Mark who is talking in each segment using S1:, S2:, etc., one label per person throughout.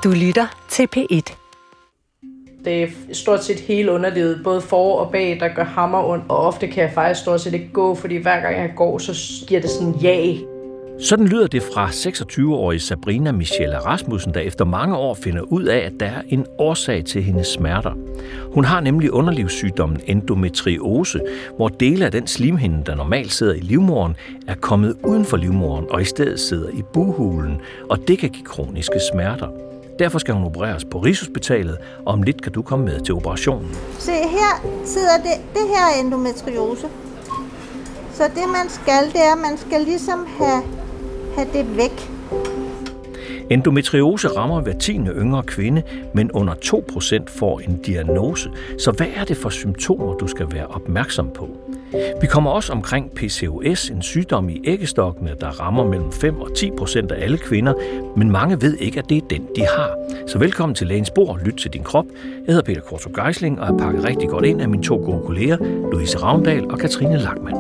S1: Du lytter til P1.
S2: Det er stort set hele underlivet, både for og bag, der gør hammer ondt. Og ofte kan jeg faktisk stort set ikke gå, fordi hver gang jeg går, så giver det sådan ja.
S3: Sådan lyder det fra 26-årige Sabrina Michelle Rasmussen, der efter mange år finder ud af, at der er en årsag til hendes smerter. Hun har nemlig underlivssygdommen endometriose, hvor dele af den slimhinde, der normalt sidder i livmoderen, er kommet uden for livmoderen og i stedet sidder i bughulen, og det kan give kroniske smerter. Derfor skal hun opereres på Rigshospitalet, og om lidt kan du komme med til operationen.
S4: Se, her sidder det her er endometriose. Så det man skal, det er, at man skal ligesom have det væk.
S3: Endometriose rammer hver 10. yngre kvinde, men under 2% får en diagnose. Så hvad er det for symptomer, du skal være opmærksom på? Vi kommer også omkring PCOS, en sygdom i æggestokkene, der rammer mellem 5 og 10% af alle kvinder, men mange ved ikke, at det er den, de har. Så velkommen til Lægens Bord, lyt til din krop. Jeg hedder Peter Kortrup Geisling, og er pakket rigtig godt ind af mine 2 gode kolleger, Louise Ravndal og Katrine Lachmann.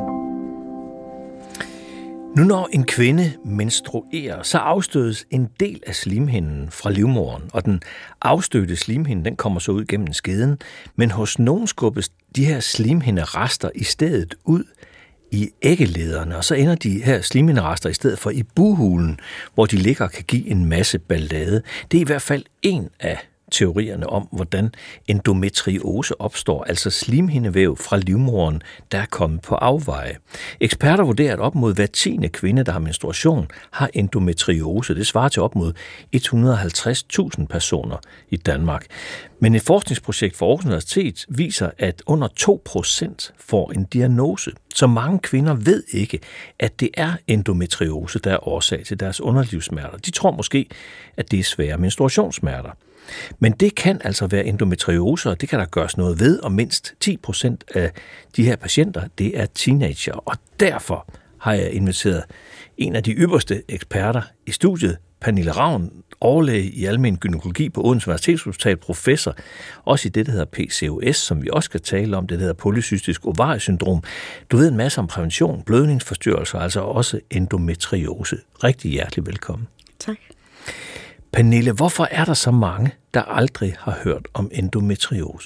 S3: Nu når en kvinde menstruerer, så afstødes en del af slimhinden fra livmoderen, og den afstødte slimhinde, den kommer så ud gennem skeden, men hos nogen skubbes de her slimhinderester i stedet ud i æggelederne, og så ender de her slimhinderester i stedet for i bughulen, hvor de ligger og kan give en masse ballade. Det er i hvert fald en af teorierne om, hvordan endometriose opstår, altså slimhindevæv fra livmoderen, der er kommet på afveje. Eksperter vurderer, at op mod hver 10. kvinde, der har menstruation, har endometriose. Det svarer til op mod 150.000 personer i Danmark. Men et forskningsprojekt fra Aarhus Universitet viser, at under 2% får en diagnose. Så mange kvinder ved ikke, at det er endometriose, der er årsag til deres underlivssmerter. De tror måske, at det er svære menstruationssmerter. Men det kan altså være endometriose, og det kan der gøres noget ved, og mindst 10% af de her patienter, det er teenager. Og derfor har jeg inviteret en af de ypperste eksperter i studiet, Pernille Ravn, overlæge i almen gynækologi på Odense Universitetshospital, professor, også i det, der hedder PCOS, som vi også skal tale om, det der hedder polycystisk ovariesyndrom. Du ved en masse om prævention, blødningsforstyrrelser, altså også endometriose. Rigtig hjertelig velkommen.
S5: Tak.
S3: Pernille, hvorfor er der så mange, der aldrig har hørt om endometriose?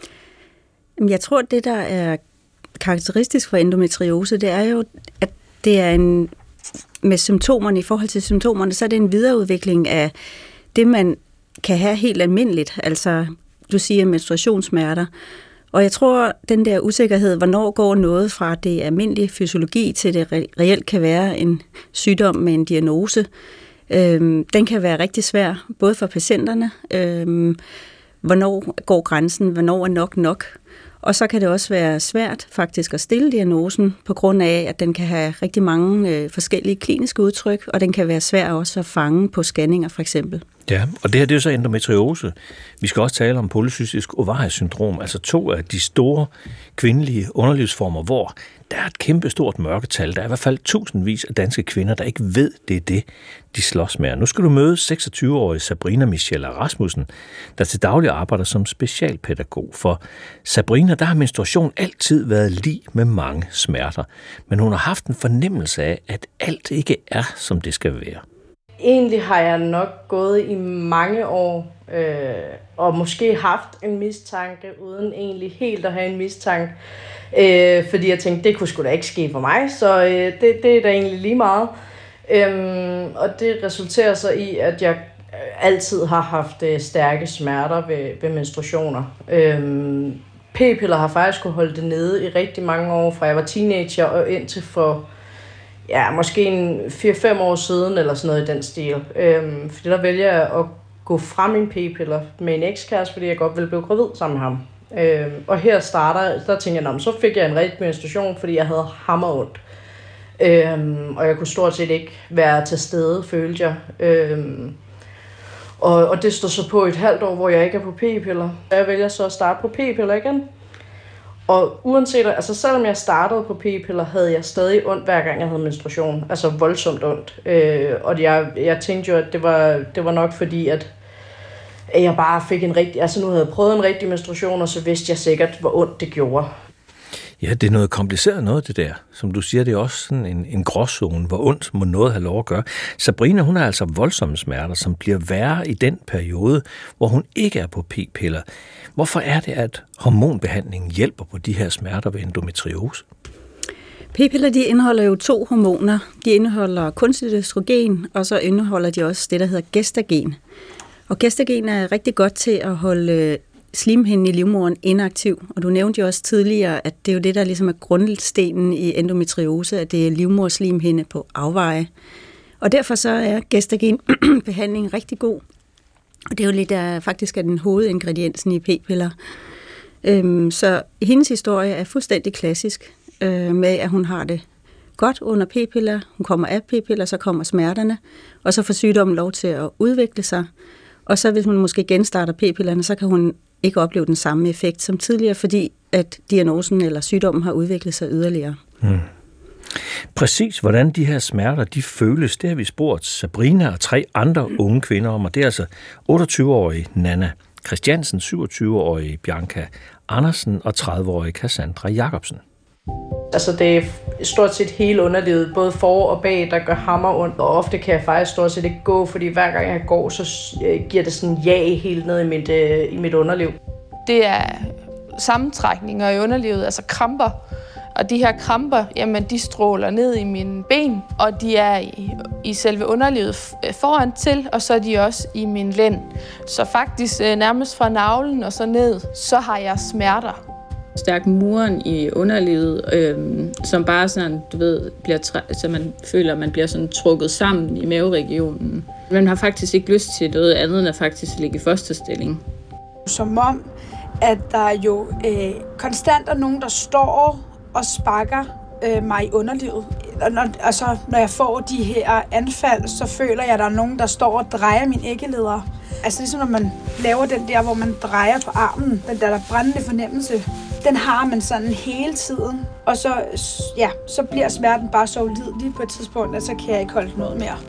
S5: Jeg tror, det der er karakteristisk for endometriose, det er jo, at det er med symptomerne, i forhold til symptomerne, så er det en videreudvikling af det, man kan have helt almindeligt, altså du siger menstruationssmerter. Og jeg tror, den der usikkerhed, hvornår går noget fra det almindelige fysiologi til det reelt kan være en sygdom med en diagnose, den kan være rigtig svær, både for patienterne, hvornår går grænsen, hvornår er nok. Og så kan det også være svært faktisk at stille diagnosen, på grund af, at den kan have rigtig mange forskellige kliniske udtryk, og den kan være svær også at fange på scanninger for eksempel.
S3: Ja, og det her det er jo så endometriose. Vi skal også tale om polycystisk ovariesyndrom, altså 2 af de store kvindelige underlivsformer, hvor der er et kæmpe stort mørketal. Der er i hvert fald tusindvis af danske kvinder, der ikke ved, det er det, de slås med. Nu skal du møde 26-årige Sabrina Michelle Rasmussen, der til daglig arbejder som specialpædagog. For Sabrina, der har menstruation altid været lig med mange smerter. Men hun har haft en fornemmelse af, at alt ikke er, som det skal være.
S2: Egentlig har jeg nok gået i mange år, og måske haft en mistanke, uden egentlig helt at have en mistanke. Fordi jeg tænkte, det kunne sgu da ikke ske for mig, så det er da egentlig lige meget. Og det resulterer så i, at jeg altid har haft stærke smerter ved menstruationer. P-piller har faktisk kunne holde det nede i rigtig mange år, fra jeg var teenager og indtil for måske en 4-5 år siden, eller sådan noget i den stil. Fordi der vælger jeg at gå fra mine p-piller med en ekskæreste, fordi jeg godt ville blive gravid sammen med ham. Og her der tænkte jeg, så fik jeg en rigtig menstruation, fordi jeg havde hammerondt. Og jeg kunne stort set ikke være til stede, følte jeg. Og det stod så på et halvt år, hvor jeg ikke er på p-piller. Jeg vælger så at starte på p-piller igen. Og uanset, altså selvom jeg startede på p-piller, havde jeg stadig ondt, hver gang jeg havde menstruation. Altså voldsomt ondt. Og jeg tænkte jo, at det var nok fordi, at jeg bare fik nu havde jeg prøvet en rigtig menstruation, og så vidste jeg sikkert, hvor ondt det gjorde.
S3: Ja, det er noget kompliceret noget, det der. Som du siger, det er også sådan en gråzone, hvor ondt må noget have lov at gøre. Sabrina, hun har altså voldsomme smerter, som bliver værre i den periode, hvor hun ikke er på p-piller. Hvorfor er det, at hormonbehandlingen hjælper på de her smerter ved endometriose?
S5: P-piller, de indeholder jo 2 hormoner. De indeholder kunstigt østrogen, og så indeholder de også det, der hedder gestagen. Og gestagen er rigtig godt til at holde slimhinden i livmoderen inaktiv. Og du nævnte jo også tidligere, at det er jo det, der ligesom er grundstenen i endometriose, at det er livmoderslimhinde på afveje. Og derfor så er gestagenbehandlingen rigtig god. Og det er jo lidt, der faktisk er den hovedingrediensen i p-piller. Så hendes historie er fuldstændig klassisk med, at hun har det godt under p-piller. Hun kommer af p-piller, så kommer smerterne, og så får sygdommen lov til at udvikle sig. Og så hvis hun måske genstarter p-pillerne, så kan hun ikke opleve den samme effekt som tidligere, fordi at diagnosen eller sygdommen har udviklet sig yderligere.
S3: Præcis hvordan de her smerter, de føles, det har vi spurgt Sabrina og 3 andre unge kvinder om, og det er altså 28-årige Nanna Christiansen, 27-årige Bianca Andersen og 30-årige Cassandra Jacobsen.
S2: Altså det er stort set hele underlivet, både for og bag, der gør hammer ondt, og ofte kan jeg faktisk stort set ikke gå, fordi hver gang jeg går, så giver det sådan jag helt ned i mit underliv.
S1: Det er sammentrækninger i underlivet, altså kramper. Og de her kramper, jamen de stråler ned i mine ben, og de er i selve underlivet foran til, og så er de også i min lænd. Så faktisk nærmest fra navlen og så ned, så har jeg smerter.
S6: Stærk muren i underlivet, som bare sådan, du ved, så man føler, at man bliver sådan trukket sammen i maveregionen. Man har faktisk ikke lyst til noget andet, end at faktisk ligge i fosterstilling.
S7: Som om, at der jo konstant er nogen, der står og sparker mig i underlivet. Når jeg får de her anfald, så føler jeg, at der er nogen, der står og drejer mine æggeleder. Altså ligesom når man laver den der, hvor man drejer på armen, den der brændende fornemmelse, den har man sådan hele tiden. Og så bliver smerten bare så ulidelig på et tidspunkt, at så kan jeg ikke holde noget mere.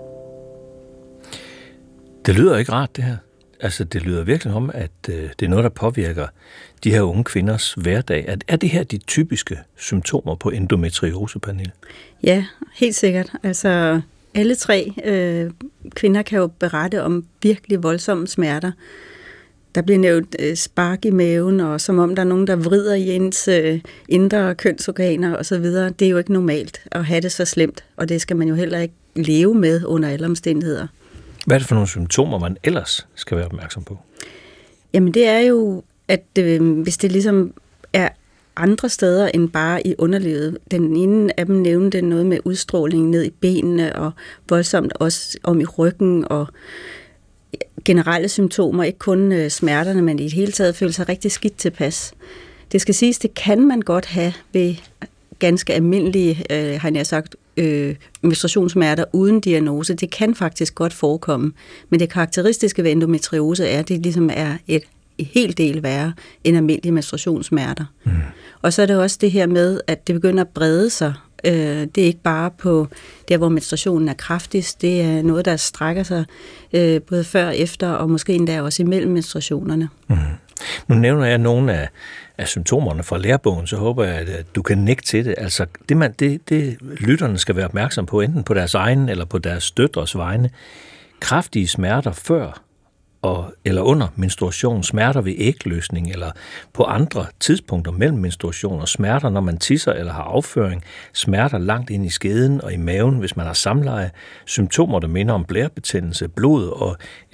S3: Det lyder ikke rart, det her. Altså, det lyder virkelig om, at det er noget, der påvirker de her unge kvinders hverdag. Er det her de typiske symptomer på endometriose, Pernille?
S5: Ja, helt sikkert. Altså, alle 3 kvinder kan jo berette om virkelig voldsomme smerter. Der bliver nævnt spark i maven, og som om der er nogen, der vrider i ens indre kønsorganer osv. Det er jo ikke normalt at have det så slemt, og det skal man jo heller ikke leve med under alle omstændigheder.
S3: Hvad er det for nogle symptomer, man ellers skal være opmærksom på?
S5: Jamen det er jo, at hvis det ligesom er andre steder end bare i underlivet. Den ene af dem nævnte noget med udstråling ned i benene og voldsomt også om i ryggen og generelle symptomer, ikke kun smerterne, men i det hele taget føle sig rigtig skidt tilpas. Det skal siges, det kan man godt have ved ganske almindelige, har jeg sagt, menstruationssmerter uden diagnose. Det kan faktisk godt forekomme, men det karakteristiske ved endometriose er, at det ligesom er et helt del værre end almindelige menstruationssmerter. Mm. Og så er det også det her med, at det begynder at brede sig. Det er ikke bare på der, hvor menstruationen er kraftigst. Det er noget, der strækker sig både før og efter, og måske endda også imellem menstruationerne. Mm.
S3: Nu nævner jeg nogle af symptomerne fra lærebogen, så håber jeg, at du kan nikke til det. Altså, det lytterne skal være opmærksom på, enten på deres egen eller på deres døtres vegne. Kraftige smerter før eller under menstruation, smerter ved ægløsning eller på andre tidspunkter mellem menstruation og smerter, når man tisser eller har afføring, smerter langt ind i skeden og i maven, hvis man har samleje, symptomer, der minder om blærebetændelse, blod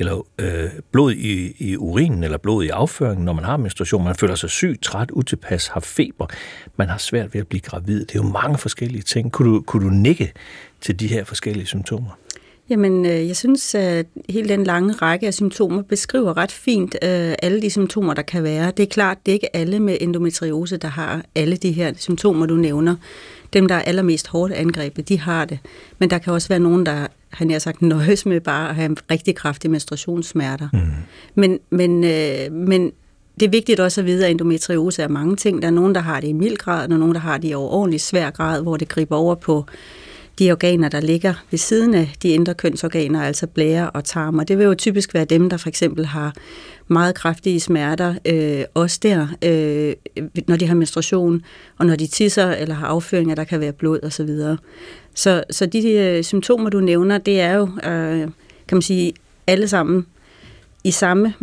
S3: i urinen eller blod i afføringen, når man har menstruation. Man føler sig syg, træt, utilpas, har feber, man har svært ved at blive gravid. Det er jo mange forskellige ting. Kunne du nikke til de her forskellige symptomer?
S5: Jamen, jeg synes, at hele den lange række af symptomer beskriver ret fint alle de symptomer, der kan være. Det er klart, det er ikke alle med endometriose, der har alle de her symptomer, du nævner. Dem, der er allermest hårdt angrebet, de har det. Men der kan også være nogen, der har jeg sagt nøjes med bare at have rigtig kraftige menstruationssmerter. Mm. Men det er vigtigt også at vide, at endometriose er mange ting. Der er nogen, der har det i mild grad, og der er nogen, der har det i overordentlig svær grad, hvor det griber over på de organer, der ligger ved siden af de indre kønsorganer, altså blære og tarm. Og det vil jo typisk være dem, der for eksempel har meget kraftige smerter, også der, når de har menstruation, og når de tisser eller har afføringer, der kan være blod osv. Så de symptomer, du nævner, det er jo, kan man sige, alle sammen i samme,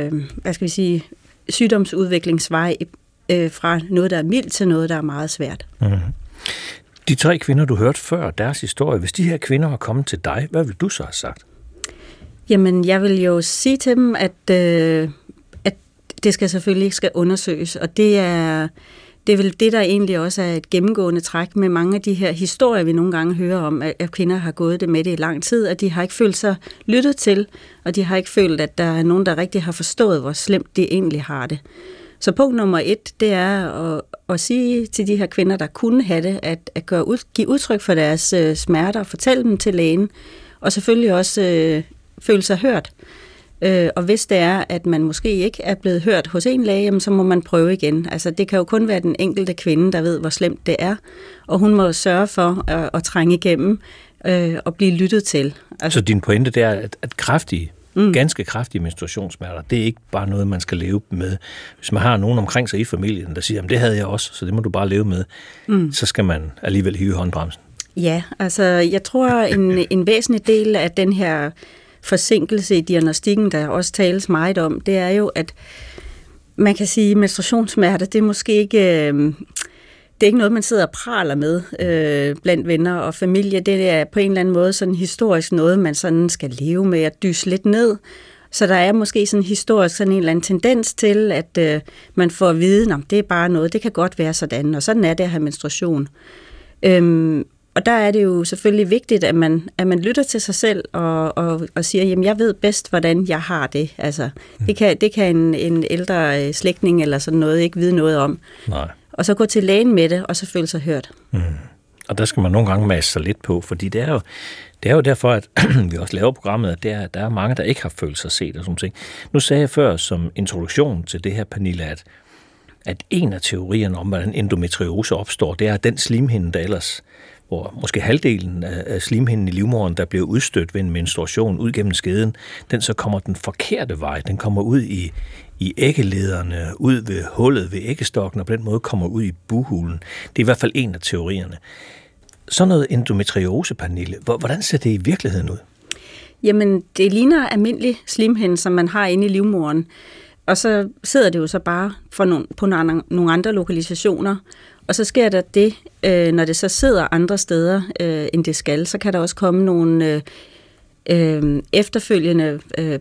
S5: sygdomsudviklingsvej fra noget, der er mildt til noget, der er meget svært.
S3: Mm-hmm. De 3 kvinder, du hørte før, deres historie, hvis de her kvinder var kommet til dig, hvad vil du så have sagt?
S5: Jamen, jeg vil jo sige til dem, at det selvfølgelig skal undersøges, og det er vel det, der egentlig også er et gennemgående træk med mange af de her historier, vi nogle gange hører om, at kvinder har gået det med det i lang tid, at de har ikke følt sig lyttet til, og de har ikke følt, at der er nogen, der rigtig har forstået, hvor slemt de egentlig har det. Så punkt nummer 1, det er at sige til de her kvinder, der kunne have det, at give udtryk for deres smerter, fortælle dem til lægen, og selvfølgelig også føle sig hørt. Og hvis det er, at man måske ikke er blevet hørt hos en læge, jamen, så må man prøve igen. Altså, det kan jo kun være den enkelte kvinde, der ved, hvor slemt det er, og hun må sørge for at trænge igennem og blive lyttet til. Altså,
S3: så din pointe det er, at ganske kraftige menstruationssmerter, det er ikke bare noget, man skal leve med. Hvis man har nogen omkring sig i familien, der siger, at det havde jeg også, så det må du bare leve med, så skal man alligevel hive håndbremsen.
S5: Ja, altså jeg tror, en væsentlig del af den her forsinkelse i diagnostikken, der også tales meget om, det er jo, at man kan sige, at menstruationssmerter, det er måske ikke... Det er ikke noget, man sidder og praler med blandt venner og familie. Det er på en eller anden måde sådan historisk noget, man sådan skal leve med at dyse lidt ned. Så der er måske sådan historisk sådan en eller anden tendens til, at man får at vide, at det er bare noget, det kan godt være sådan, og sådan er det at have menstruation. Og der er det jo selvfølgelig vigtigt, at man lytter til sig selv og siger, jamen jeg ved bedst, hvordan jeg har det. Altså, det kan en ældre slægtning eller sådan noget ikke vide noget om. Nej. Og så gå til lægen med det, og så føle sig hørt.
S3: Og der skal man nogle gange masse sig lidt på, fordi det er jo derfor, at vi også laver programmet, at der er mange, der ikke har følt sig set og sådan ting. Nu sagde jeg før som introduktion til det her, Pernille, at en af teorierne om, hvordan endometriose opstår, det er den slimhinde, der ellers, hvor måske halvdelen af slimhinden i livmoderen, der bliver udstødt ved en menstruation ud gennem skeden, den så kommer den forkerte vej. Den kommer ud i æggelederne, ud ved hullet ved æggestokken, og på den måde kommer ud i bughulen. Det er i hvert fald en af teorierne. Så noget endometriose, Pernille, hvordan ser det i virkeligheden ud?
S5: Jamen, det ligner almindelig slimhinde, som man har inde i livmoderen. Og så sidder det jo så bare på nogle andre lokalisationer. Og så sker der det, når det så sidder andre steder, end det skal, så kan der også komme nogle efterfølgende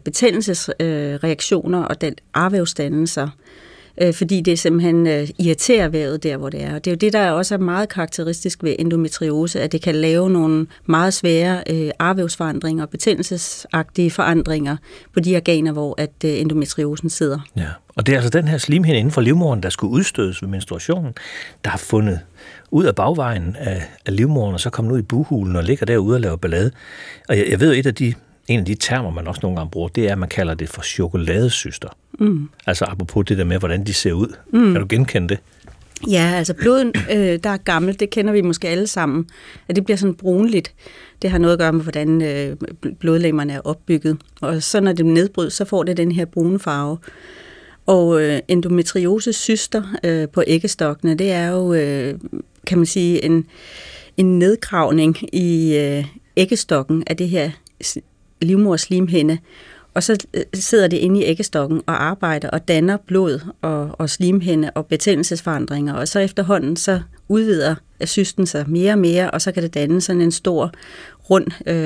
S5: betændelsesreaktioner og arvævsdannelser, fordi det simpelthen irriterer vævet der, hvor det er. Og det er jo det, der også er meget karakteristisk ved endometriose, at det kan lave nogle meget svære arvævsforandringer og betændelsesagtige forandringer på de organer, hvor at endometriosen sidder.
S3: Ja, og det er altså den her slimhinde inden for livmoderen, der skulle udstødes ved menstruationen, der har fundet ud af bagvejen af livmoderen, og så kommer ud i bughulen og ligger derude og laver ballade. Og jeg ved jo, en af de termer, man også nogle gange bruger, det er, at man kalder det for chokoladesyster. Altså apropos det der med, hvordan de ser ud. Kan du genkende det?
S5: Ja, altså blodet, der er gammelt, det kender vi måske alle sammen. At det bliver sådan brunligt. Det har noget at gøre med, hvordan blodlegemerne er opbygget. Og så når det nedbrydes, så får det den her brune farve. Og endometriosesyster på æggestokkene, det er jo, kan man sige, en nedgravning i æggestokken af det her livmoderslimhinde. Og så sidder det inde i æggestokken og arbejder og danner blod og slimhinde og betændelsesforandringer. Og så efterhånden så udvider cysten sig mere og mere, og så kan det danne sådan en stor rund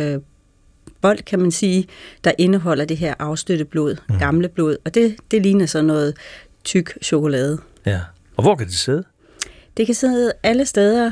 S5: bold, kan man sige, der indeholder det her afstøtte blod, gamle blod. Og det ligner så noget tyk chokolade.
S3: Ja. Og hvor kan det sidde?
S5: Det kan sidde alle steder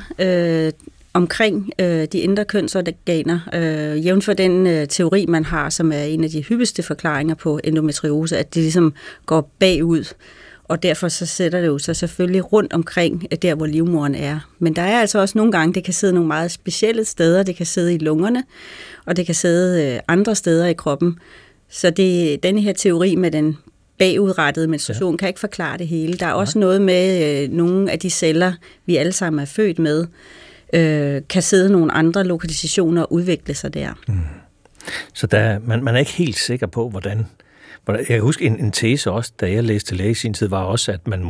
S5: omkring de indre kønsorganer, jævnt for den teori, man har, som er en af de hyppigste forklaringer på endometriose, at det ligesom går bagud, og derfor så sætter det jo sig selvfølgelig rundt omkring der, hvor livmoderen er. Men der er altså også nogle gange, det kan sidde nogle meget specielle steder, det kan sidde i lungerne, og det kan sidde andre steder i kroppen. Så denne her teori med den bagudrettede menstruation kan ikke forklare det hele. Der er også noget med nogle af de celler, vi alle sammen er født med, kan sidde nogle andre lokalisationer og udvikle sig der.
S3: Så man er ikke helt sikker på, hvordan. Jeg kan huske en tese også, da jeg læste til læge i sin tid, var også,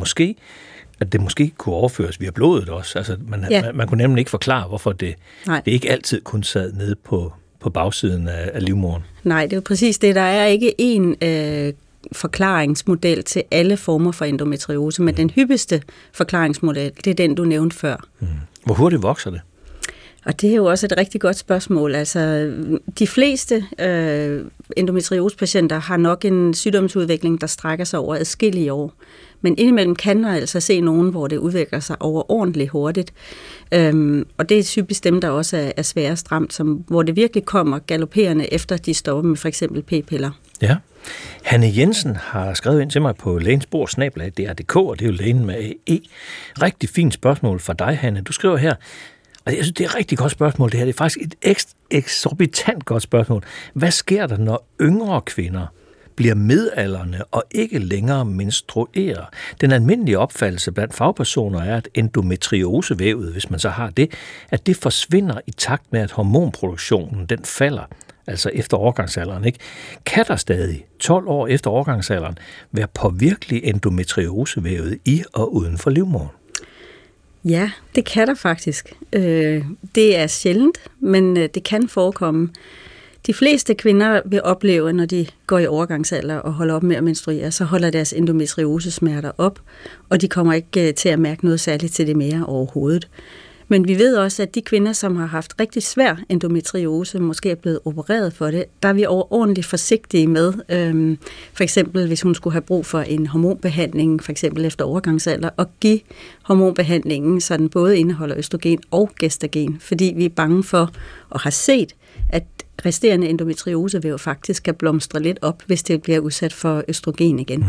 S3: at det måske kunne overføres via blodet også. Altså, man kunne nemlig ikke forklare, hvorfor det ikke altid kun sad nede på bagsiden af livmoderen.
S5: Nej, det er jo præcis det. Der er ikke én forklaringsmodel til alle former for endometriose, men den hyppigste forklaringsmodel, det er den, du nævnte før.
S3: Hvor hurtigt vokser det?
S5: Og det er jo også et rigtig godt spørgsmål. Altså, de fleste endometriosepatienter har nok en sygdomsudvikling, der strækker sig over adskillige år. Men indimellem kan man altså se nogen, hvor det udvikler sig overordentligt hurtigt. Og det er typisk dem, der også er svære stramt, hvor det virkelig kommer galopperende efter, de stopper med for eksempel p-piller.
S3: Ja. Hanne Jensen har skrevet ind til mig på lægens-bord@dr.dk, og det er jo lægen med E. Rigtig fint spørgsmål fra dig, Hanne. Du skriver her, og jeg synes, det er et rigtig godt spørgsmål, det her. Det er faktisk et eksorbitant godt spørgsmål. Hvad sker der, når yngre kvinder bliver midaldrende og ikke længere menstruerer? Den almindelige opfattelse blandt fagpersoner er, at endometriosevævet, hvis man så har det, at det forsvinder i takt med, at hormonproduktionen den falder, altså efter overgangsalderen, ikke? Kan der stadig 12 år efter overgangsalderen være påvirkelig endometriosevævet i og uden for livmoderen?
S5: Ja, det kan der faktisk. Det er sjældent, men det kan forekomme. De fleste kvinder vil opleve, når de går i overgangsalder og holder op med at menstruere, så holder deres endometriosesmerter op, og de kommer ikke til at mærke noget særligt til det mere overhovedet. Men vi ved også, at de kvinder, som har haft rigtig svær endometriose, måske er blevet opereret for det, der er vi overordentligt forsigtige med. For eksempel, hvis hun skulle have brug for en hormonbehandling, for eksempel efter overgangsalder, og give hormonbehandlingen, så den både indeholder østrogen og gestagen, fordi vi er bange for og har set, at resterende endometriosevæv faktisk kan blomstre lidt op, hvis det bliver udsat for østrogen igen.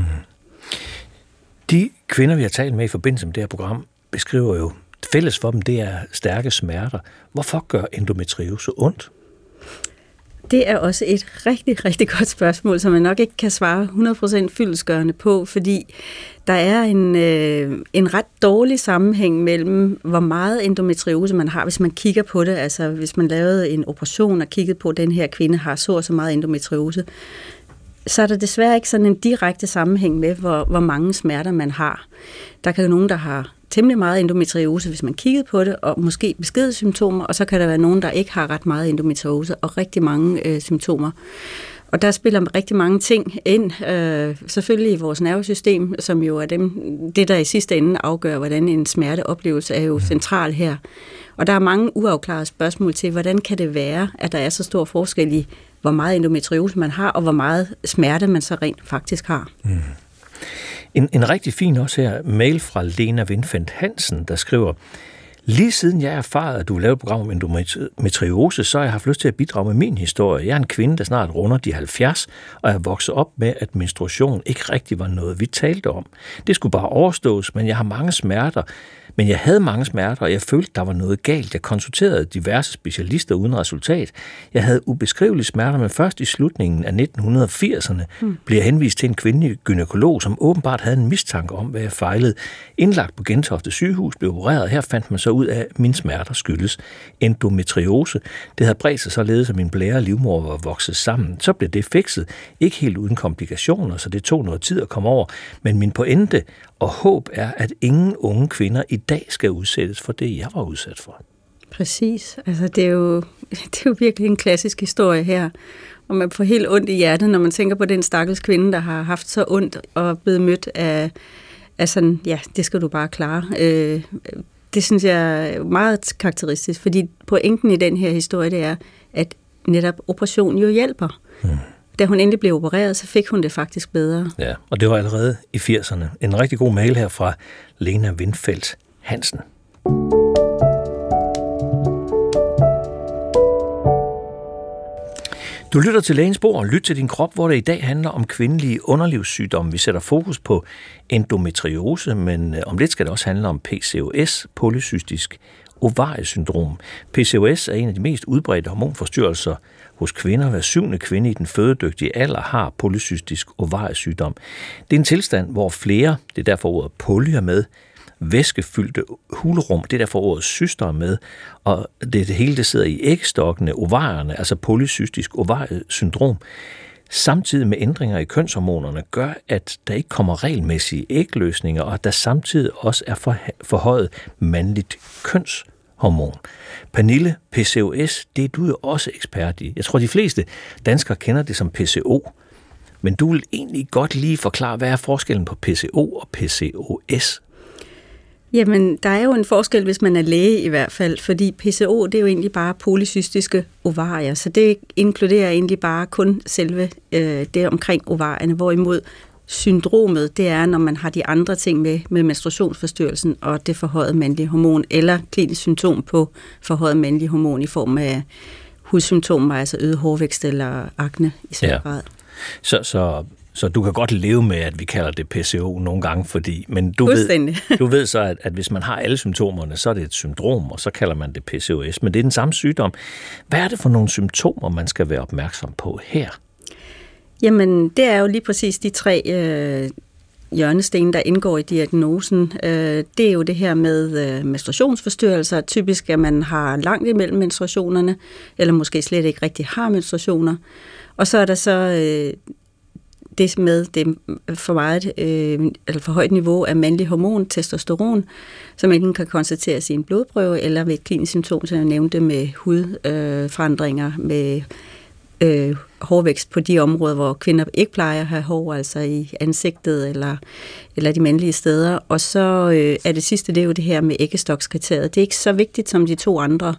S3: De kvinder, vi har talt med i forbindelse med det her program, beskriver jo, fælles for dem, det er stærke smerter. Hvorfor gør endometriose ondt?
S5: Det er også et rigtig, rigtig godt spørgsmål, som man nok ikke kan svare 100% fyldestgørende på, fordi der er en ret dårlig sammenhæng mellem, hvor meget endometriose man har, hvis man kigger på det. Altså, hvis man lavede en operation og kiggede på, at den her kvinde har så meget endometriose, så er der desværre ikke sådan en direkte sammenhæng med, hvor mange smerter man har. Der kan jo nogen, der har temmelig meget endometriose, hvis man kiggede på det, og måske beskedne symptomer, og så kan der være nogen, der ikke har ret meget endometriose, og rigtig mange symptomer. Og der spiller rigtig mange ting ind, selvfølgelig i vores nervesystem, som jo er det, der i sidste ende afgør, hvordan en smerteoplevelse er jo central her. Og der er mange uafklarede spørgsmål til, hvordan kan det være, at der er så stor forskel i, hvor meget endometriose man har, og hvor meget smerte man så rent faktisk har.
S3: En rigtig fin også her mail fra Lena Windfeldt Hansen, der skriver: Lige siden jeg erfarede, at du lavede et program om endometriose, så har jeg haft lyst til at bidrage med min historie. Jeg er en kvinde, der snart runder de 70, og er vokset op med, at menstruation ikke rigtig var noget, vi talte om. Det skulle bare overstås, men jeg har mange smerter. Men jeg havde mange smerter, og jeg følte, der var noget galt. Jeg konsulterede diverse specialister uden resultat. Jeg havde ubeskrivelige smerter, men først i slutningen af 1980'erne blev jeg henvist til en kvindelig gynækolog, som åbenbart havde en mistanke om, hvad jeg fejlede. Indlagt på Gentofte sygehus, blev opereret. Her fandt man så ud af, at mine smerter skyldes endometriose. Det havde bredt sig således, at min blære og livmoder var vokset sammen. Så blev det fikset. Ikke helt uden komplikationer, så det tog noget tid at komme over. Men min pointe og håb er, at ingen unge kvinder i dag skal udsættes for det, jeg var udsat for.
S5: Præcis. Altså, det er jo virkelig en klassisk historie her. Og man får helt ondt i hjertet, når man tænker på den stakkels kvinde, der har haft så ondt og er blevet mødt af sådan, ja, det skal du bare klare. Det synes jeg er meget karakteristisk, fordi pointen i den her historie, det er, at netop operation jo hjælper. Da hun endelig blev opereret, så fik hun det faktisk bedre.
S3: Ja, og det var allerede i 80'erne. En rigtig god mail her fra Lena Windfeldt Hansen. Du lytter til Lægens Bord og lyt til din krop, hvor det i dag handler om kvindelige underlivssygdomme. Vi sætter fokus på endometriose, men om lidt skal det også handle om PCOS, polycystisk ovariesyndrom. PCOS er en af de mest udbredte hormonforstyrrelser hos kvinder. Hver 7. kvinde i den fødedygtige alder har polycystisk ovariesygdom. Det er en tilstand, hvor flere, det er derfor ordet poly er med, væskefyldte hulrum, det er derfor ordet cyster med, og det hele det sidder i ægstokkene, ovarierne, altså polycystisk ovariesyndrom, samtidig med ændringer i kønshormonerne, gør, at der ikke kommer regelmæssige ægløsninger, og at der samtidig også er forhøjet mandligt kønshormon. Pernille, PCOS, det er du jo også ekspert i. Jeg tror, de fleste danskere kender det som PCO, men du vil egentlig godt lige forklare, hvad er forskellen på PCO og PCOS?
S5: Jamen, der er jo en forskel, hvis man er læge i hvert fald, fordi PCO, det er jo egentlig bare polycystiske ovarier, så det inkluderer egentlig bare kun selve det omkring ovarierne, hvorimod syndromet, det er, når man har de andre ting med menstruationsforstyrrelsen og det forhøjede mandlige hormon, eller klinisk symptom på forhøjet mandlige hormon i form af hudsymptomer, altså øget hårvækst eller akne i svær grad.
S3: Så du kan godt leve med, at vi kalder det PCO nogle gange, men du ved så, at hvis man har alle symptomerne, så er det et syndrom, og så kalder man det PCOS, men det er den samme sygdom. Hvad er det for nogle symptomer, man skal være opmærksom på her?
S5: Jamen, det er jo lige præcis de 3 hjørnesten, der indgår i diagnosen. Det er jo det her med menstruationsforstyrrelser. Typisk, at man har langt imellem menstruationerne, eller måske slet ikke rigtig har menstruationer. Og så er der så det med det for meget eller for højt niveau af mandlig hormon, testosteron, som enten kan konstateres i en blodprøve eller ved et klinisk symptom, som jeg nævnte, med hudforandringer, med hårvækst på de områder, hvor kvinder ikke plejer at have hår, altså i ansigtet eller de mandlige steder. Og så er det sidste, det er jo det her med æggestokskriteriet. Det er ikke så vigtigt som de 2 andre,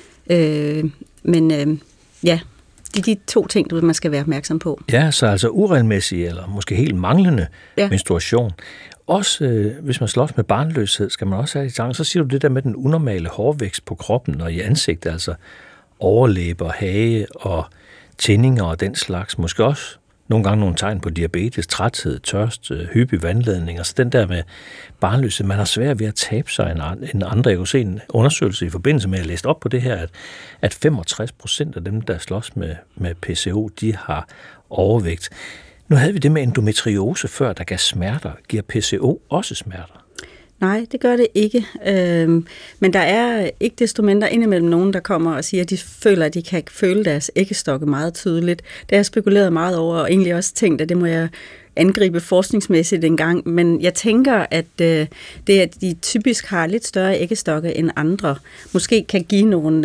S5: men det er de 2 ting, man skal være opmærksom på.
S3: Ja, så altså uregelmæssig eller måske helt manglende menstruation. Også hvis man slås med barnløshed, skal man også have i tanke. Så siger du det der med den unormale hårvækst på kroppen og i ansigtet, altså overlæber, hage og tændinger og den slags. Måske også nogle gange nogle tegn på diabetes, træthed, tørst, hyppig vandladning. Altså den der med barnløshed, man har svært ved at tabe sig end andre. Jeg kunne se en undersøgelse i forbindelse med, at jeg læste op på det her, at 65% af dem, der slås med PCO, de har overvægt. Nu havde vi det med endometriose før, der gav smerter. Giver PCO også smerter?
S5: Nej, det gør det ikke. Men der er ikke desto mindre indimellem nogen, der kommer og siger, at de føler, at de kan føle deres æggestokke meget tydeligt. Det har jeg spekuleret meget over, og egentlig også tænkt, at det må jeg angribe forskningsmæssigt en gang. Men jeg tænker, at det, at de typisk har lidt større æggestokke end andre, måske kan give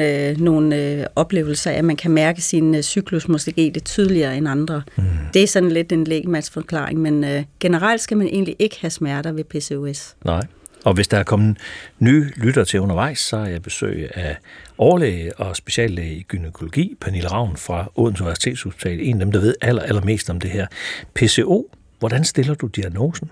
S5: nogle oplevelser af, at man kan mærke sin cyklus måske lidt tydeligere end andre. Det er sådan lidt en lægmandsforklaring, men generelt skal man egentlig ikke have smerter ved PCOS.
S3: Nej. Og hvis der er kommet nye lytter til undervejs, så er jeg besøg af overlæge og speciallæge i gynækologi, Pernille Ravn fra Odense Universitetshospital, en af dem, der ved allermest om det her. PCO, hvordan stiller du diagnosen?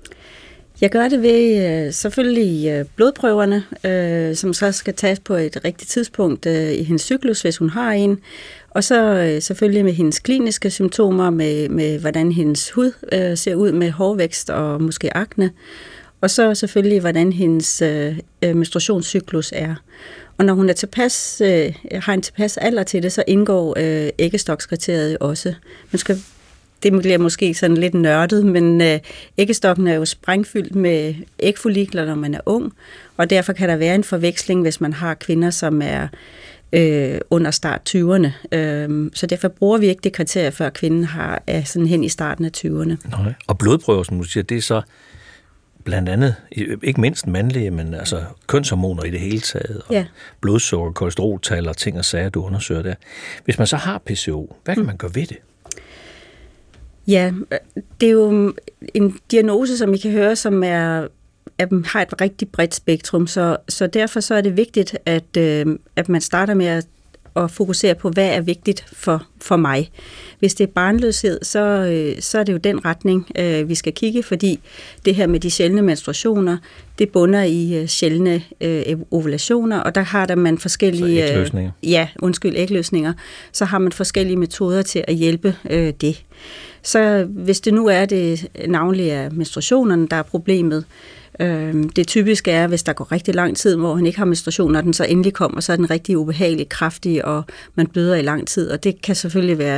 S5: Jeg gør det ved selvfølgelig blodprøverne, som så skal tages på et rigtigt tidspunkt i hendes cyklus, hvis hun har en. Og så selvfølgelig med hendes kliniske symptomer, med hvordan hendes hud ser ud med hårvækst og måske akne. Og så selvfølgelig, hvordan hendes menstruationscyklus er. Og når hun er har en tilpas alder til det, så indgår æggestokskriteriet også. Det bliver måske sådan lidt nørdet, men æggestokken er jo sprængfyldt med ægfollikler, når man er ung. Og derfor kan der være en forveksling, hvis man har kvinder, som er under start 20'erne. Så derfor bruger vi ikke det kriterie, før kvinden er sådan hen i starten af 20'erne.
S3: Nej. Og blodprøver, som du siger, det er så blandt andet, ikke mindst mandlige, men altså kønshormoner i det hele taget, og blodsukker, kolesteroltal og ting og sager, du undersøger der. Hvis man så har PCO, hvad kan man gøre ved det?
S5: Ja, det er jo en diagnose, som I kan høre, som har et rigtig bredt spektrum, så derfor så er det vigtigt, at man starter med at fokusere på, hvad er vigtigt for mig. Hvis det er barnløshed, så er det jo den retning, vi skal kigge, fordi det her med de sjældne menstruationer, det bunder i sjældne ovulationer, og der har man forskellige ægløsninger. Så har man forskellige metoder til at hjælpe det. Så hvis det nu er det navnlig af menstruationerne, der er problemet, det typiske er, hvis der går rigtig lang tid, hvor han ikke har menstruation, når den så endelig kommer, så er den rigtig ubehagelig, kraftig, og man bløder i lang tid, og det kan selvfølgelig være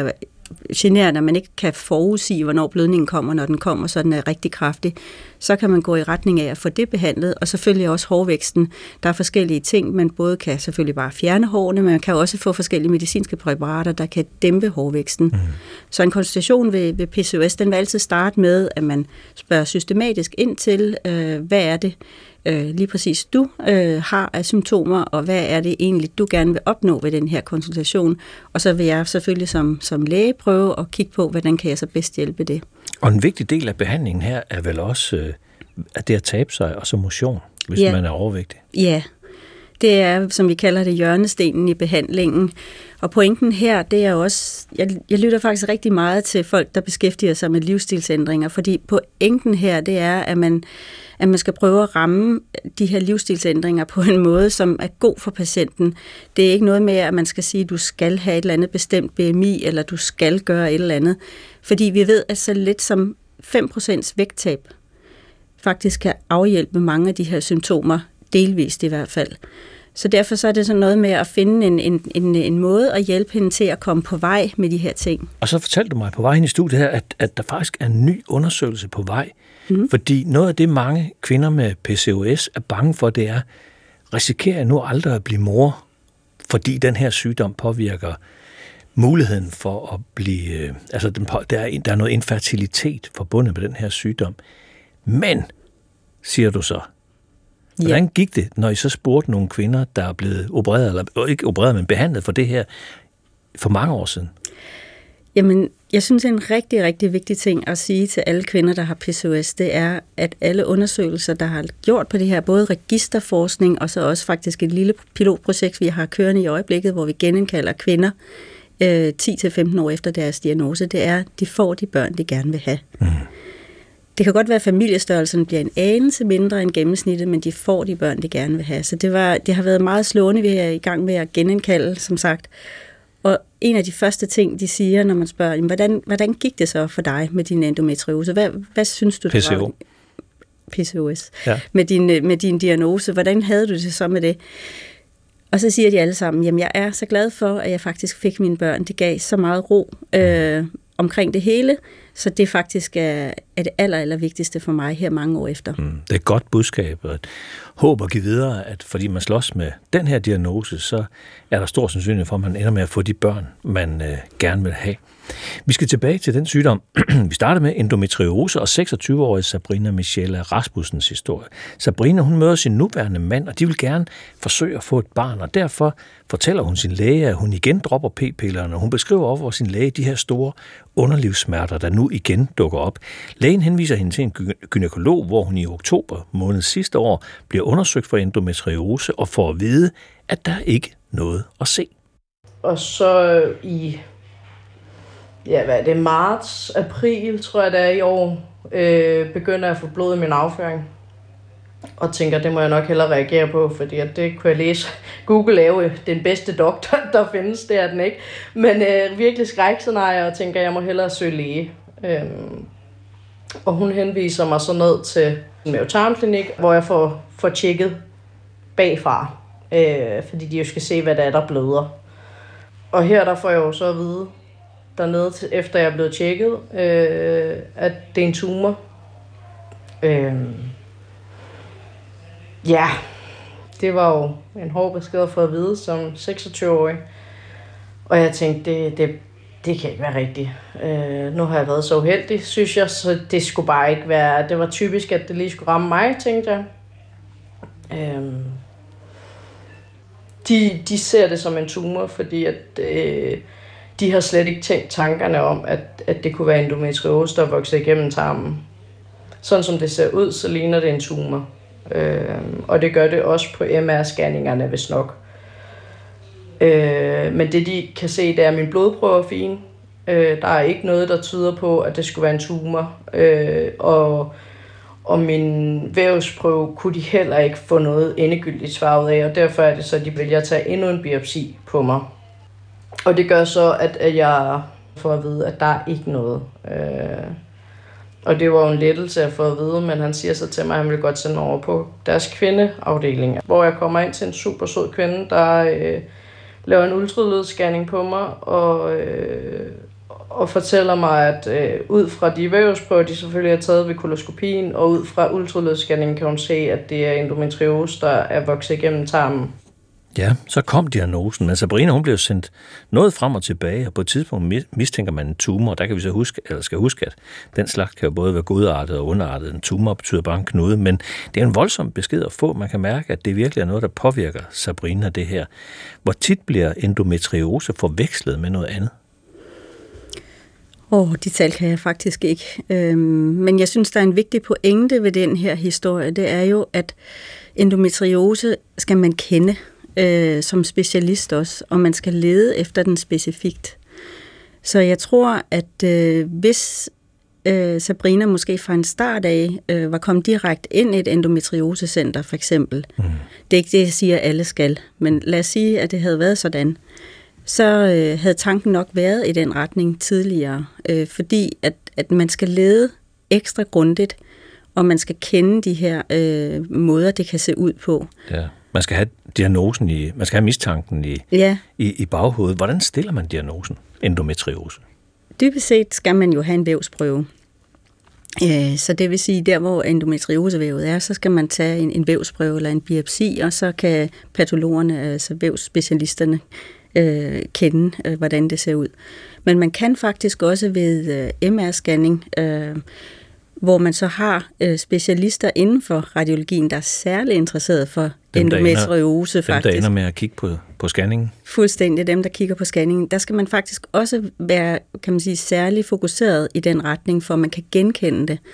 S5: generende, at man ikke kan forudsige, hvornår blødningen kommer, når den kommer, så den er rigtig kraftig, så kan man gå i retning af at få det behandlet, og selvfølgelig også hårvæksten. Der er forskellige ting, man både kan selvfølgelig bare fjerne hårene, men man kan også få forskellige medicinske præparater, der kan dæmpe hårvæksten. Så en konsultation ved PCOS, den vil altid starte med, at man spørger systematisk ind til, hvad er det, lige præcis du har af symptomer, og hvad er det egentlig, du gerne vil opnå ved den her konsultation. Og så vil jeg selvfølgelig som læge prøve at kigge på, hvordan kan jeg så bedst hjælpe det.
S3: Og en vigtig del af behandlingen her er vel også, at det at tabe sig, og så motion, hvis man er overvægtig.
S5: Ja, det er, som vi kalder det, hjørnestenen i behandlingen. Og pointen her, det er også, jeg lytter faktisk rigtig meget til folk, der beskæftiger sig med livsstilsændringer, fordi pointen her, det er, at man skal prøve at ramme de her livsstilsændringer på en måde, som er god for patienten. Det er ikke noget med, at man skal sige, at du skal have et eller andet bestemt BMI, eller du skal gøre et eller andet. Fordi vi ved, at så lidt som 5% vægttab faktisk kan afhjælpe mange af de her symptomer, delvist i hvert fald. Så derfor så er det sådan noget med at finde en måde at hjælpe hende til at komme på vej med de her ting. Og
S3: så fortalte du mig på vejen i studiet her, at der faktisk er en ny undersøgelse på vej. Fordi noget af det, mange kvinder med PCOS er bange for, det er, risikerer jeg nu aldrig at blive mor, fordi den her sygdom påvirker muligheden for at blive... Altså, der er noget infertilitet forbundet med den her sygdom. Men, siger du så, hvordan gik det, når I så spurgte nogle kvinder, der er blevet opereret, eller ikke opereret, men behandlet for det her for mange år siden?
S5: Jamen, jeg synes, en rigtig, rigtig vigtig ting at sige til alle kvinder, der har PCOS, det er, at alle undersøgelser, der har gjort på det her, både registerforskning og så også faktisk et lille pilotprojekt, vi har kørende i øjeblikket, hvor vi genindkalder kvinder 10-15 år efter deres diagnose, det er, at de får de børn, de gerne vil have. Det kan godt være, at familiestørrelsen bliver en anelse mindre end gennemsnittet, men de får de børn, de gerne vil have. Så det har været meget slående, vi er i gang med at genindkalde, som sagt. Og en af de første ting, de siger, når man spørger, hvordan gik det så for dig med din endometriose? Hvad synes du, det var? PCOS. Ja. Med din diagnose. Hvordan havde du det så med det? Og så siger de alle sammen, jamen jeg er så glad for, at jeg faktisk fik mine børn. Det gav så meget ro omkring det hele, så det faktisk er det aller vigtigste for mig her mange år efter.
S3: Det er et godt budskab, og et håb at give videre, at fordi man slås med den her diagnose, så er der stor sandsynlighed for, at man ender med at få de børn, man gerne vil have. Vi skal tilbage til den sygdom. Vi starter med endometriose og 26-årige Sabrina Michelle Rasmussens historie. Sabrina, hun møder sin nuværende mand, og de vil gerne forsøge at få et barn, og derfor fortæller hun sin læge, at hun igen dropper p-pillerne, og hun beskriver over sin læge de her store underlivssmerter, der nu igen dukker op. Lægen henviser hende til en gynækolog, hvor hun i oktober måned sidste år bliver undersøgt for endometriose og får at vide, at der ikke er noget at se.
S2: Og så i marts, april, tror jeg det er i år, begynder jeg at få blod i min afføring. Og tænker, det må jeg nok hellere reagere på, fordi at det kunne jeg læse. Google er jo den bedste doktor, der findes, det er den ikke. Men virkelig skrækscenarier, og tænker, jeg må hellere søge læge. Og hun henviser mig så ned til en mavetarmklinik, hvor jeg får tjekket bagfra. Fordi de jo skal se, hvad der bløder. Og her der får jeg jo så at vide, dernede, efter jeg er blevet tjekket, at det er en tumor. Ja, det var jo en hård besked at få at vide som 26-årig. Og jeg tænkte, det kan ikke være rigtigt. Nu har jeg været så uheldig, synes jeg, så det skulle bare ikke være... Det var typisk, at det lige skulle ramme mig, tænkte jeg. De ser det som en tumor, fordi at... De har slet ikke tænkt tankerne om, at det kunne være endometriose, der vokser igennem tarmen. Sådan som det ser ud, så ligner det en tumor. Og det gør det også på MR-scanningerne, hvis nok. Men det de kan se, det er, at min blodprøve er fin. Der er ikke noget, der tyder på, at det skulle være en tumor. Og min vævsprøve kunne de heller ikke få noget endegyldigt svar ud af, og derfor er det så, at de vælger at tage endnu en biopsi på mig. Og det gør så, at jeg får at vide, at der er ikke noget. Og det var jo en lettelse at få at vide, men han siger så til mig, at han vil godt sende mig over på deres kvindeafdeling, hvor jeg kommer ind til en super sød kvinde, der laver en ultralydsscanning på mig, og fortæller mig, at ud fra de vævsprøver, de selvfølgelig har taget ved koloskopien, og ud fra ultralydsscanningen kan hun se, at det er endometriose, der er vokset igennem tarmen.
S3: Ja, så kom diagnosen, men Sabrina, hun blev sendt noget frem og tilbage, og på et tidspunkt mistænker man en tumor. Der kan vi så skal huske, at den slags kan jo både være godartet og underartet. En tumor betyder bare en knude, men det er en voldsom besked at få. Man kan mærke, at det virkelig er noget, der påvirker Sabrina, det her. Hvor tit bliver endometriose forvekslet med noget andet?
S5: De tal kan jeg faktisk ikke. Men jeg synes, der er en vigtig pointe ved den her historie. Det er jo, at endometriose skal man kende som specialist også, og man skal lede efter den specifikt. Så jeg tror, at hvis Sabrina måske fra en start af var kommet direkte ind i et endometriosecenter for eksempel, det er ikke det, jeg siger, alle skal, men lad os sige, at det havde været sådan, så havde tanken nok været i den retning tidligere, fordi at man skal lede ekstra grundigt, og man skal kende de her måder, det kan se ud på.
S3: Ja. Man skal have diagnosen man skal have mistanken i baghovedet. Hvordan stiller man diagnosen endometriose?
S5: Dybest set skal man jo have en vævsprøve. Så det vil sige, der hvor endometriosevævet er, så skal man tage en vævsprøve eller en biopsi, og så kan patologerne, altså vævsspecialisterne, kende, hvordan det ser ud. Men man kan faktisk også ved MR-scanning, hvor man så har specialister inden for radiologien, der er særlig interesseret for endometriose, faktisk.
S3: Dem, der ender med at kigge på scanningen?
S5: Fuldstændig, dem, der kigger på scanningen. Der skal man faktisk også være, kan man sige, særlig fokuseret i den retning, for man kan genkende det.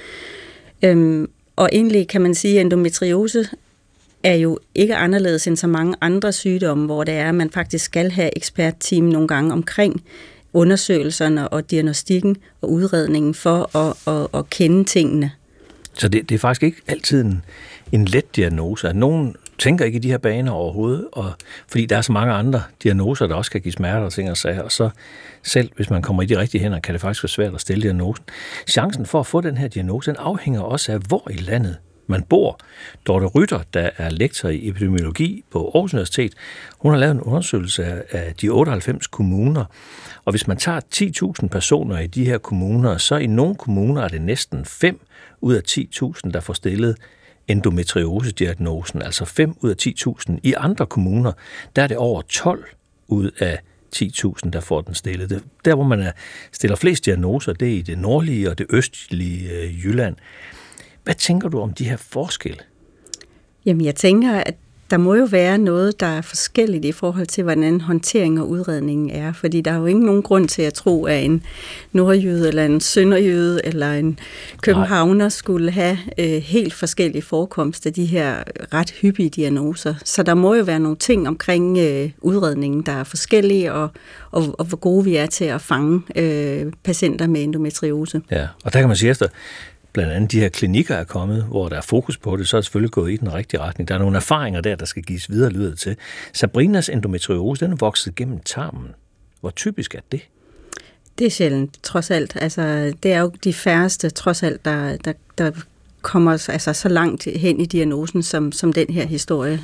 S5: Og egentlig kan man sige, at endometriose er jo ikke anderledes end så mange andre sygdomme, hvor det er, at man faktisk skal have ekspertteam nogle gange omkring undersøgelserne og diagnostikken og udredningen for at kende tingene.
S3: Så det er faktisk ikke altid en let diagnose. At nogen tænker ikke i de her baner overhovedet, fordi der er så mange andre diagnoser, der også kan give smerter og ting og sager, og så selv hvis man kommer i de rigtige hænder, kan det faktisk være svært at stille diagnosen. Chancen for at få den her diagnose, den afhænger også af, hvor i landet man bor. Dorte Rytter, der er lektor i epidemiologi på Aarhus Universitet, hun har lavet en undersøgelse af de 98 kommuner, og hvis man tager 10.000 personer i de her kommuner, så i nogle kommuner er det næsten 5 ud af 10.000, der får stillet endometriose-diagnosen, altså 5 ud af 10.000. I andre kommuner, der er det over 12 ud af 10.000, der får den stillet. Der, hvor man stiller flest diagnoser, det er i det nordlige og det østlige Jylland. Hvad tænker du om de her forskelle?
S5: Jamen, jeg tænker, at der må jo være noget, der er forskelligt i forhold til, hvordan håndtering og udredningen er. Fordi der er jo ikke nogen grund til at tro, at en nordjyde eller en sønderjyde eller en københavner skulle have helt forskellige forekomster af de her ret hyppige diagnoser. Så der må jo være nogle ting omkring udredningen, der er forskellige, og hvor gode vi er til at fange patienter med endometriose.
S3: Ja, og der kan man sige efter, blandt andet de her klinikker er kommet, hvor der er fokus på det, så er det selvfølgelig gået i den rigtige retning. Der er nogle erfaringer der skal gives videre lydet til. Sabrinas endometriose, den er vokset gennem tarmen. Hvor typisk er det?
S5: Det er sjældent, trods alt. Altså, det er jo de færreste, trods alt, der kommer altså, så langt hen i diagnosen, som den her historie.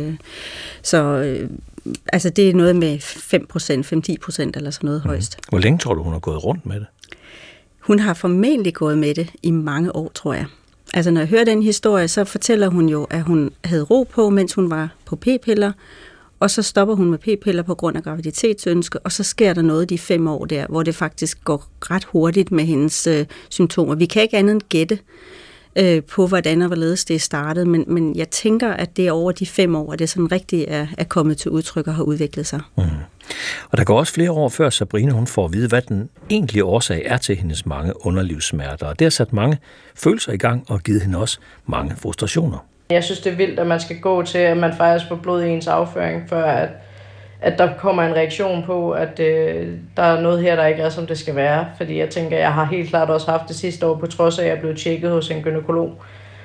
S5: Altså, det er noget med 5%, 5-10% eller sådan noget højst.
S3: Hvor længe tror du, hun har gået rundt med det?
S5: Hun har formentlig gået med det i mange år, tror jeg. Altså, når jeg hører den historie, så fortæller hun jo, at hun havde ro på, mens hun var på p-piller, og så stopper hun med p-piller på grund af graviditetsønske, og så sker der noget de 5 år der, hvor det faktisk går ret hurtigt med hendes symptomer. Vi kan ikke andet end gætte på, hvordan og hvorledes det er startet, men jeg tænker, at det er over de 5 år, at det sådan rigtigt er kommet til udtryk og har udviklet sig. Mm.
S3: Og der går også flere år før Sabrina hun får at vide, hvad den egentlige årsag er til hendes mange underlivssmerter. Og det har sat mange følelser i gang og givet hende også mange frustrationer.
S2: Jeg synes, det er vildt, at man skal gå til, at man faktisk får blod i ens afføring, før at der kommer en reaktion på, at der er noget her, der ikke er, som det skal være. Fordi jeg tænker, jeg har helt klart også haft det sidste år, på trods af, at jeg blev tjekket hos en gynækolog.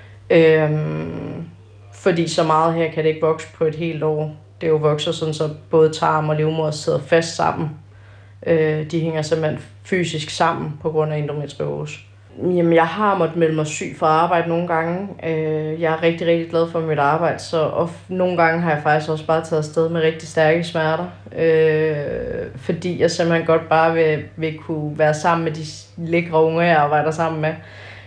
S2: Fordi så meget her kan det ikke vokse på et helt år. Det er jo vokser sådan, så både tarm og livmoder sidder fast sammen. De hænger simpelthen fysisk sammen på grund af endometriose. Jamen, jeg har måttet melde mig syg for arbejde nogle gange. Jeg er rigtig, rigtig glad for mit arbejde, så nogle gange har jeg faktisk også bare taget afsted med rigtig stærke smerter. Fordi jeg simpelthen godt bare vil kunne være sammen med de lækre unge, jeg arbejder sammen med.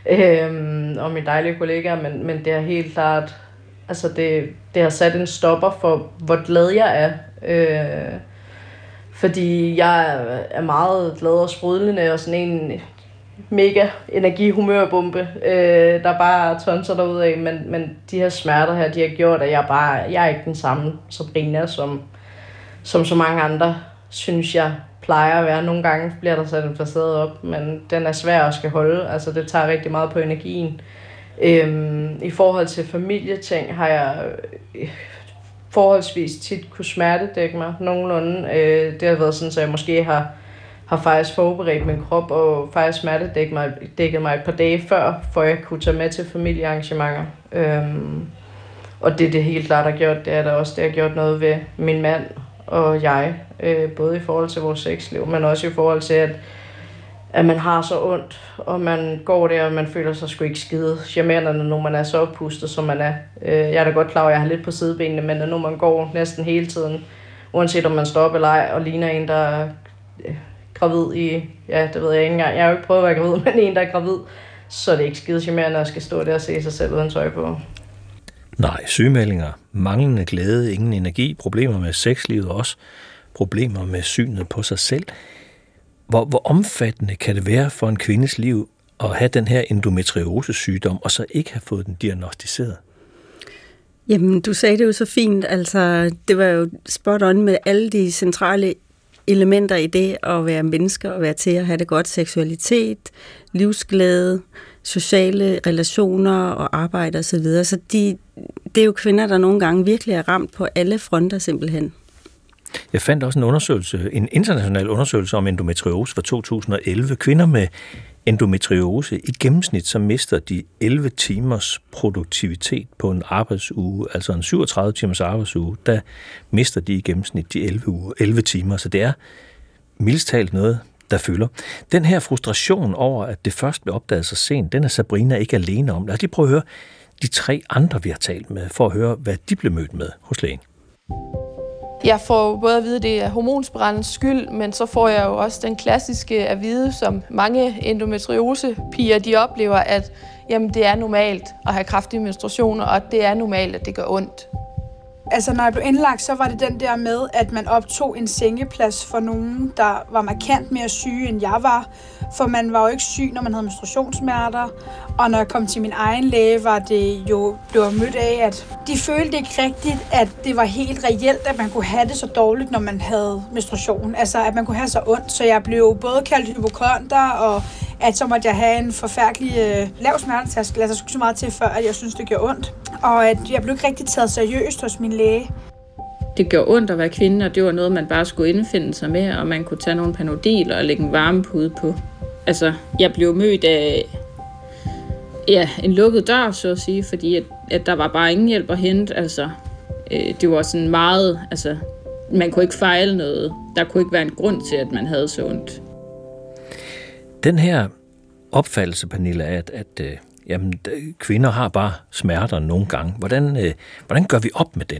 S2: Og mine dejlige kollegaer, men det er helt klart, altså det har sat en stopper for, hvor glad jeg er. Fordi jeg er meget glad og sprudlende og sådan en mega energihumørbombe, der bare tonser derudad, men de her smerter her, de har gjort, at jeg er ikke den samme Sabrina, som så mange andre, synes jeg plejer at være. Nogle gange bliver der sat en facade op, men den er svær at skal holde, altså det tager rigtig meget på energien. I forhold til familieting har jeg forholdsvis tit kunne smertedække mig nogenlunde. Det har været sådan, så jeg måske har faktisk forberedt min krop og faktisk smertedækket mig et par dage før, for jeg kunne tage med til familiearrangementer. Og det helt klart har gjort, det er der også, det har gjort noget ved min mand og jeg, både i forhold til vores sexliv, men også i forhold til, at man har så ondt, og man går der, og man føler sig sgu ikke skide charmerende, når man er så oppustet, som man er. Jeg er da godt klar over, at jeg har lidt på sidebenene, men når man går næsten hele tiden, uanset om man står op eller ej, og ligner en, der er gravid i, ja, det ved jeg ikke engang. Jeg har jo ikke prøvet at være gravid, men en, der er gravid, så er det ikke skide charmerende at skal stå der og se sig selv uden tøj på.
S3: Nej, sygemeldinger, manglende glæde, ingen energi, problemer med sexlivet og også problemer med synet på sig selv. Hvor omfattende kan det være for en kvindes liv at have den her endometriosesygdom, og så ikke have fået den diagnostiseret?
S5: Jamen, du sagde det jo så fint. Altså, det var jo spot on med alle de centrale elementer i det at være menneske og være til at have det godt. Seksualitet, livsglæde, sociale relationer og arbejde osv. Så det er jo kvinder, der nogle gange virkelig er ramt på alle fronter simpelthen.
S3: Jeg fandt også en international undersøgelse om endometriose fra 2011. Kvinder med endometriose i gennemsnit, så mister de 11 timers produktivitet på en arbejdsuge, altså en 37 timers arbejdsuge, der mister de i gennemsnit de 11 timer, så det er mildest talt noget, der fylder. Den her frustration over, at det først blev opdaget så sent, den er Sabrina ikke alene om. Lad os lige prøve at høre de 3 andre, vi har talt med, for at høre, hvad de blev mødt med hos lægen.
S1: Jeg får både at vide, at det er hormonspiralens skyld, men så får jeg jo også den klassiske at vide, som mange endometriosepiger de oplever, at jamen, det er normalt at have kraftige menstruationer, og det er normalt, at det gør ondt.
S7: Altså, når jeg blev indlagt, så var det den der med, at man optog en sengeplads for nogen, der var markant mere syge, end jeg var. For man var jo ikke syg, når man havde menstruationssmerter. Og når jeg kom til min egen læge, var det jo blevet mødt af, at de følte ikke rigtigt, at det var helt reelt, at man kunne have det så dårligt, når man havde menstruation. Altså, at man kunne have så ondt. Så jeg blev både kaldt hypokonter, og at så måtte jeg have en forfærdelig lav smertetærskel. Altså, der skulle så meget til, før at jeg synes det gjorde ondt. Og at jeg blev ikke rigtig taget seriøst hos min læge.
S6: Det gjorde ondt at være kvinde, og det var noget, man bare skulle indfinde sig med, og man kunne tage nogle Panodiler og lægge en varmepude på. Altså, jeg blev mødt af en lukket dør, så at sige, fordi at der var bare ingen hjælp at hente. Altså, det var sådan meget, altså, man kunne ikke fejle noget. Der kunne ikke være en grund til, at man havde så ondt.
S3: Den her opfattelse, Pernille, at kvinder har bare smerter nogle gange. Hvordan gør vi op med den?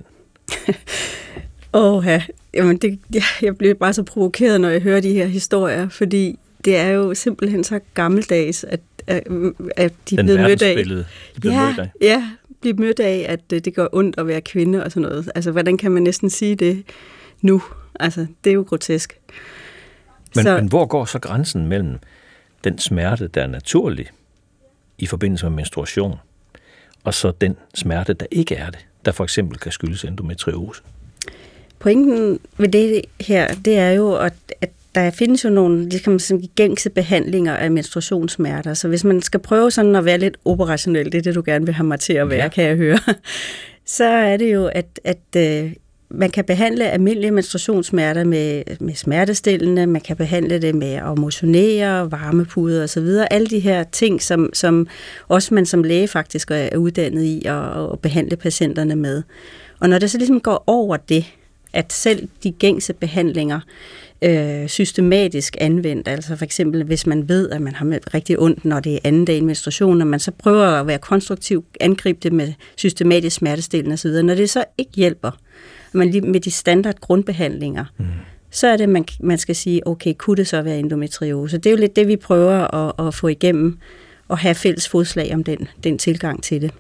S5: Jamen jeg bliver bare så provokeret, når jeg hører de her historier, fordi det er jo simpelthen så gammeldags, at de bliver mødt af. Bliver mødt af, at det gør ondt at være kvinde og sådan noget. Altså, hvordan kan man næsten sige det nu? Altså, det er jo grotesk.
S3: Men hvor går så grænsen mellem den smerte, der er naturlig i forbindelse med menstruation, og så den smerte, der ikke er det, der for eksempel kan skyldes endometriose?
S5: Pointen ved det her, det er jo, at der findes jo nogle gængse behandlinger af menstruationssmerter, så hvis man skal prøve sådan at være lidt operationel, det er det, du gerne vil have mig til at være, kan jeg høre, så er det jo, at man kan behandle almindelige menstruationssmerter med smertestillende, man kan behandle det med at motionere, varmepuder og så videre. Alle de her ting, som også man som læge faktisk er uddannet i at behandle patienterne med. Og når det så ligesom går over det, at selv de gængse behandlinger systematisk anvendt, altså for eksempel hvis man ved, at man har rigtig ondt, når det er anden dag i menstruation, og man så prøver at være konstruktiv, angribe det med systematisk smertestillende osv., når det så ikke hjælper, man lige med de standard grundbehandlinger, så er det, man skal sige, okay, kunne det så være endometriose? Det er jo lidt det, vi prøver at få igennem, og have fælles fodslag om den tilgang til det.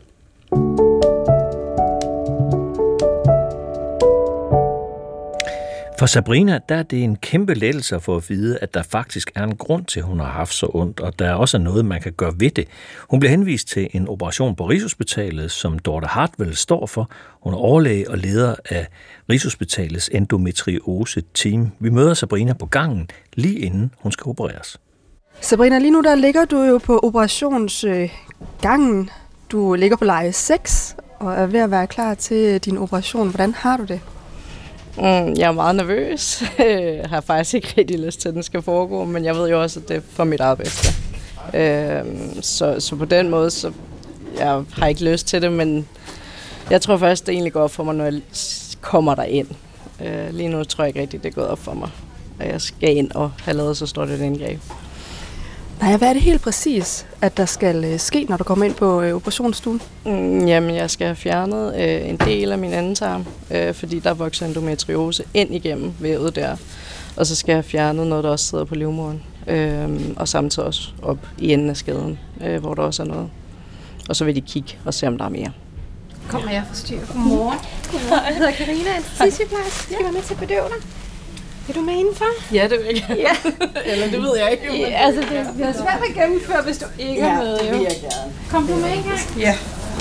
S3: For Sabrina, der er det en kæmpe lettelse for at vide, at der faktisk er en grund til, at hun har haft så ondt, og der er også noget, man kan gøre ved det. Hun bliver henvist til en operation på Rigshospitalet, som Dorte Hartwell står for. Hun er overlæge og leder af Rigshospitalets endometriose-team. Vi møder Sabrina på gangen, lige inden hun skal opereres.
S8: Sabrina, lige nu der ligger du jo på operationsgangen. Du ligger på leje 6 og er ved at være klar til din operation. Hvordan har du det?
S2: Jeg er meget nervøs. Jeg har faktisk ikke rigtig lyst til, at den skal foregå, men jeg ved jo også, at det er for mit eget bedste. Så på den måde, så jeg har ikke lyst til det, men jeg tror først, det egentlig går op for mig, når jeg kommer derind. Lige nu tror jeg ikke rigtig, det er gået op for mig, at jeg skal ind og have lavet så stort et indgreb.
S8: Nej, hvad er det helt præcis, at der skal ske, når du kommer ind på operationsstuen?
S2: Jamen, jeg skal have fjernet en del af min endetarm, fordi der vokser endometriose ind igennem vævet der. Og så skal jeg have fjernet noget, der også sidder på livmoderen, og samtidig også op i enden af skeden, hvor der også er noget. Og så vil de kigge og se, om der er mere.
S9: Kommer jeg forstyrre? Godmorgen. Godmorgen. Jeg hedder Karina, jeg er sygeplejerske. Skal være med til at bedøve dig? Vil du med indenfor?
S2: Ja, det vil jeg. Ja. Eller det ved jeg ikke.
S9: Ja, altså, det er svært at gennemføre, hvis du ikke er med.
S2: Ja, det vil jeg gerne.
S9: Kom du med en gang?
S2: Ja.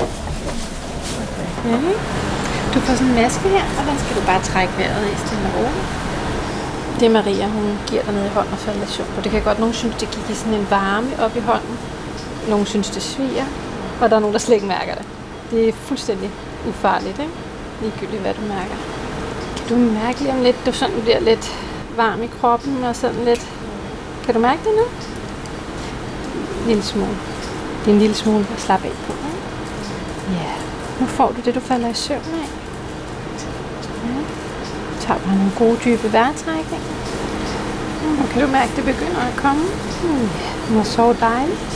S9: Okay. Du får sådan en maske her, og den skal du bare trække vejret i stille og roligt. Det er Maria, hun giver dig ned i hånden og falation. Og det kan godt, nogen synes, det kan give sådan en varme op i hånden. Nogle synes, det sviger, og der er nogen, der slet ikke mærker det. Det er fuldstændig ufarligt, ikke? Ligegyldigt, hvad du mærker. Du mærker lige om lidt, du sådan bliver lidt varm i kroppen og sådan lidt. Kan du mærke det nu? En lille smule. Det er en lille smule at slappe af på. Ikke? Ja, nu får du det, du falder i søvn af. Ja. Tager bare nogle gode, dybe vejrtrækninger. Nu kan du mærke, at det begynder at komme. Ja, du må sove dejligt.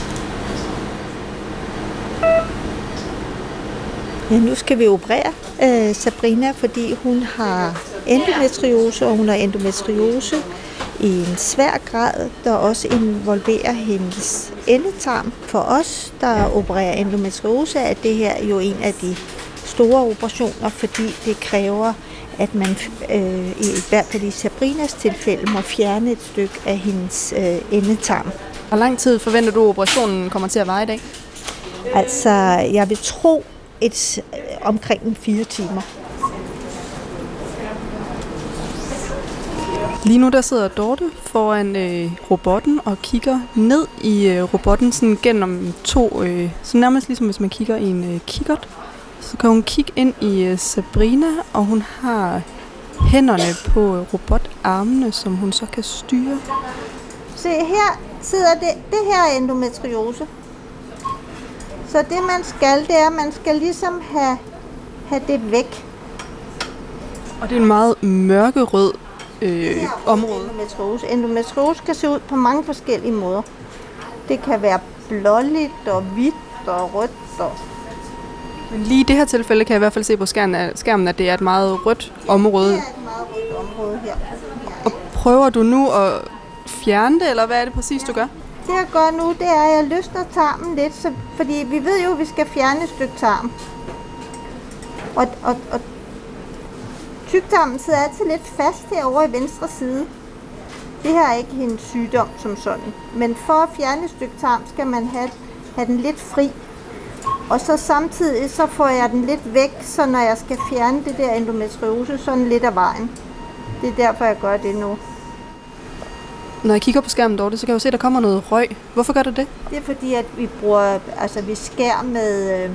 S4: Ja, nu skal vi operere Sabrina, fordi hun har endometriose, og hun har endometriose i en svær grad, der også involverer hendes endetarm. For os, der opererer endometriose, er det her jo en af de store operationer, fordi det kræver, at man i hvert fald i Sabrinas tilfælde må fjerne et stykke af hendes endetarm.
S8: Hvor lang tid forventer du, operationen kommer til at vare i dag?
S4: Altså, jeg vil tro, omkring 4 timer.
S8: Lige nu der sidder Dorte foran robotten og kigger ned i robotten sådan gennem to, så nærmest ligesom hvis man kigger i en kikkert. Så kan hun kigge ind i Sabrina, og hun har hænderne på robotarmene, som hun så kan styre.
S4: Se, her sidder det her er endometriose. Så det man skal, det er, at man skal ligesom have det væk.
S8: Og det er en meget mørkerød område.
S4: Endometriose kan se ud på mange forskellige måder. Det kan være blåligt og hvidt og rødt.
S8: Men lige i det her tilfælde kan jeg i hvert fald se på skærmen, at det er et meget rødt område.
S4: Det er et meget rødt område her.
S8: Og prøver du nu at fjerne det, eller hvad er det præcis, du gør?
S4: Det jeg gør nu, det er, at jeg løsner tarmen lidt, fordi vi ved jo, at vi skal fjerne et stykke tarm. Og tyktarmen sidder altid lidt fast herovre i venstre side. Det her er ikke hendes sygdom som sådan. Men for at fjerne et stykke tarm, skal man have den lidt fri. Og så samtidig så får jeg den lidt væk, så når jeg skal fjerne det der endometriose, sådan lidt af vejen. Det er derfor, jeg gør det nu.
S8: Når jeg kigger på skærmen, Dorte, så kan jeg jo se, at der kommer noget røg. Hvorfor gør du det?
S4: Det er fordi, at vi skærer med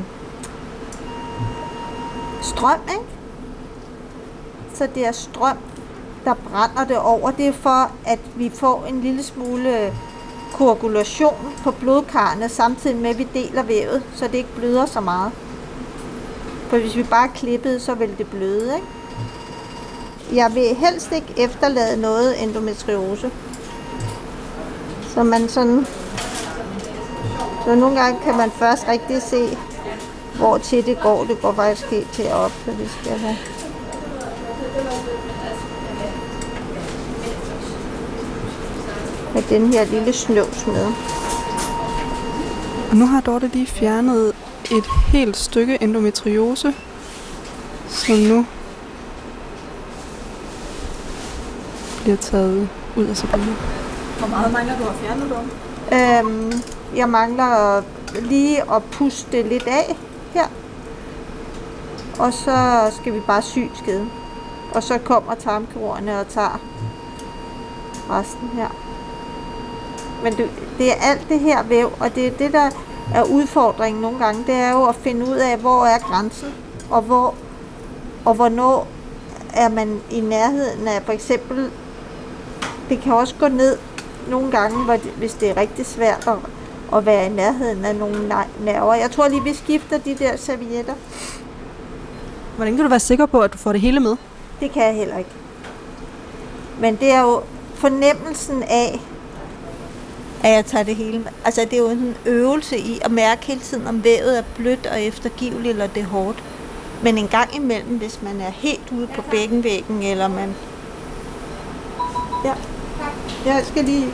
S4: strøm, ikke? Så det er strøm, der brænder det over. Det er for, at vi får en lille smule koagulation på blodkarrene, samtidig med, at vi deler vævet, så det ikke bløder så meget. For hvis vi bare klippede, så ville det bløde, ikke? jeg vil helst ikke efterlade noget endometriose. Så man sådan... Så nogle gange kan man først rigtig se, hvor til det går. Det går faktisk helt herop, så det skal have. Med den her lille snøvs med.
S8: Og nu har Dorte lige fjernet et helt stykke endometriose, som nu bliver taget ud af Sabrina.
S10: Hvor meget mangler du at fjerne, Dorte?
S4: Jeg mangler lige at puste det lidt af her. Og så skal vi bare sy skeden. Og så kommer tarmkirurgerne og tager resten her. Men det er alt det her væv, og det er det, der er udfordringen nogle gange. Det er jo at finde ud af, hvor er grænsen, og hvornår er man i nærheden af, for eksempel, det kan også gå ned nogle gange, hvis det er rigtig svært at være i nærheden af nogle nerver. Jeg tror lige, vi skifter de der servietter.
S8: Hvordan kan du være sikker på, at du får det hele med?
S4: Det kan jeg heller ikke. Men det er jo fornemmelsen af, at jeg tager det hele med. Altså, det er jo en øvelse i at mærke hele tiden, om vævet er blødt og eftergiveligt, eller det er hårdt. Men en gang imellem, hvis man er helt ude på bækkenvæggen, eller man... Ja, jeg skal lige...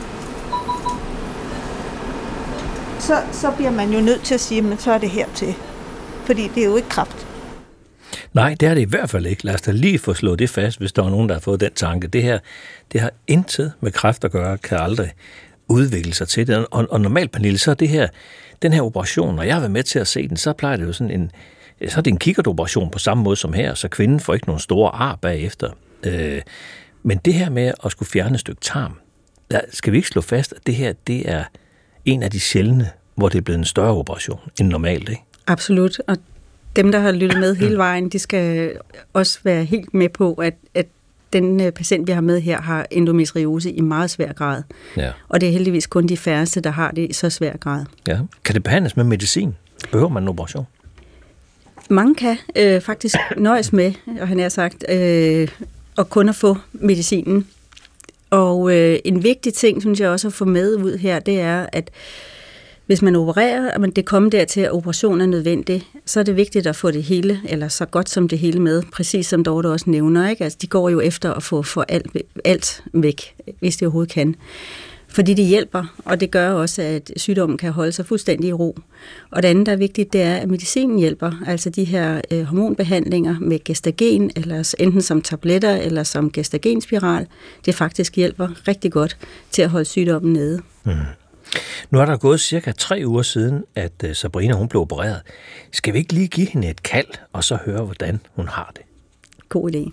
S4: Så bliver man jo nødt til at sige, men så er det hertil. Fordi det er jo ikke kræft.
S3: Nej, det er det i hvert fald ikke. Lad os da lige få slået det fast, hvis der er nogen, der har fået den tanke. Det her, det har intet med kræft at gøre, kan aldrig udvikle sig til det. Og normalt, Pernille, så er det her, den her operation, når jeg har været med til at se den, så plejer det jo sådan så er det en kikkertoperation på samme måde som her, så kvinden får ikke nogen store ar bagefter. Men det her med at skulle fjerne et stykke tarm, der skal vi ikke slå fast, at det her, det er en af de sjældne, hvor det er blevet en større operation end normalt, ikke?
S5: Absolut, og dem, der har lyttet med hele vejen, de skal også være helt med på, at den patient, vi har med her, har endometriose i meget svær grad.
S3: Ja.
S5: Og det er heldigvis kun de færreste, der har det i så svær grad.
S3: Ja. Kan det behandles med medicin? Behøver man en operation?
S5: Mange kan faktisk nøjes med, og han har sagt, at kun at få medicinen. Og en vigtig ting, synes jeg også at få med ud her, det er, at hvis man opererer, og det kommer dertil, at operationen er nødvendig, så er det vigtigt at få det hele, eller så godt som det hele med, præcis som Dorte også nævner. Ikke? Altså, de går jo efter at få alt væk, hvis de overhovedet kan. Fordi det hjælper, og det gør også, at sygdommen kan holde sig fuldstændig i ro. Og det andet, der er vigtigt, det er, at medicinen hjælper. Altså de her hormonbehandlinger med gestagen, eller enten som tabletter, eller som gestagenspiral, det faktisk hjælper rigtig godt til at holde sygdommen nede.
S3: Mm. Nu er der gået cirka 3 uger siden, at Sabrina hun blev opereret. Skal vi ikke lige give hende et kald, og så høre, hvordan hun har det?
S5: God idé.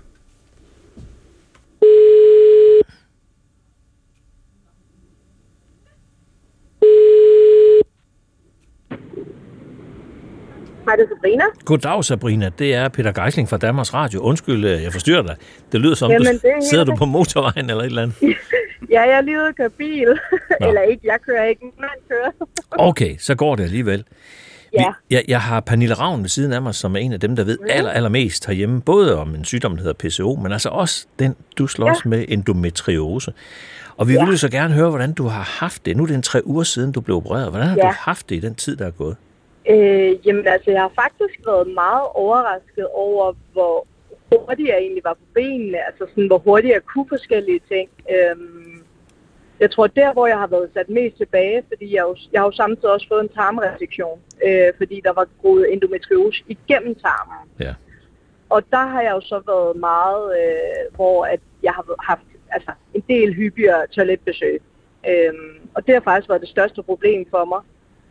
S11: Hej, det er Sabrina.
S3: Goddag, Sabrina. Det er Peter Geisling fra Danmarks Radio. Undskyld, jeg forstyrrer dig. Det lyder som, sidder du på motorvejen eller et eller andet?
S11: Ja, jeg er lige ude og køre bil. Eller ikke, jeg kører ikke, en mand kører.
S3: Okay, så går det alligevel.
S11: Ja.
S3: Jeg har Pernille Ravn ved siden af mig, som er en af dem, der ved allermest herhjemme, både om en sygdom, der hedder PCO, men altså også den, du slås med, endometriose. Og vi vil jo så gerne høre, hvordan du har haft det. Nu er det 3 uger siden, du blev opereret. Hvordan har du haft det i den tid, der er gået?
S11: Jamen altså, jeg har faktisk været meget overrasket over, hvor hurtigt jeg egentlig var på benene. Altså sådan, hvor hurtigt jeg kunne forskellige ting. Jeg tror, der hvor jeg har været sat mest tilbage, fordi jeg har jo samtidig også fået en tarmresektion, fordi der var groet endometriose igennem tarmen.
S3: Ja.
S11: Og der har jeg jo så været meget, hvor at jeg har haft en del hyppigere toiletbesøg. Og det har faktisk været det største problem for mig.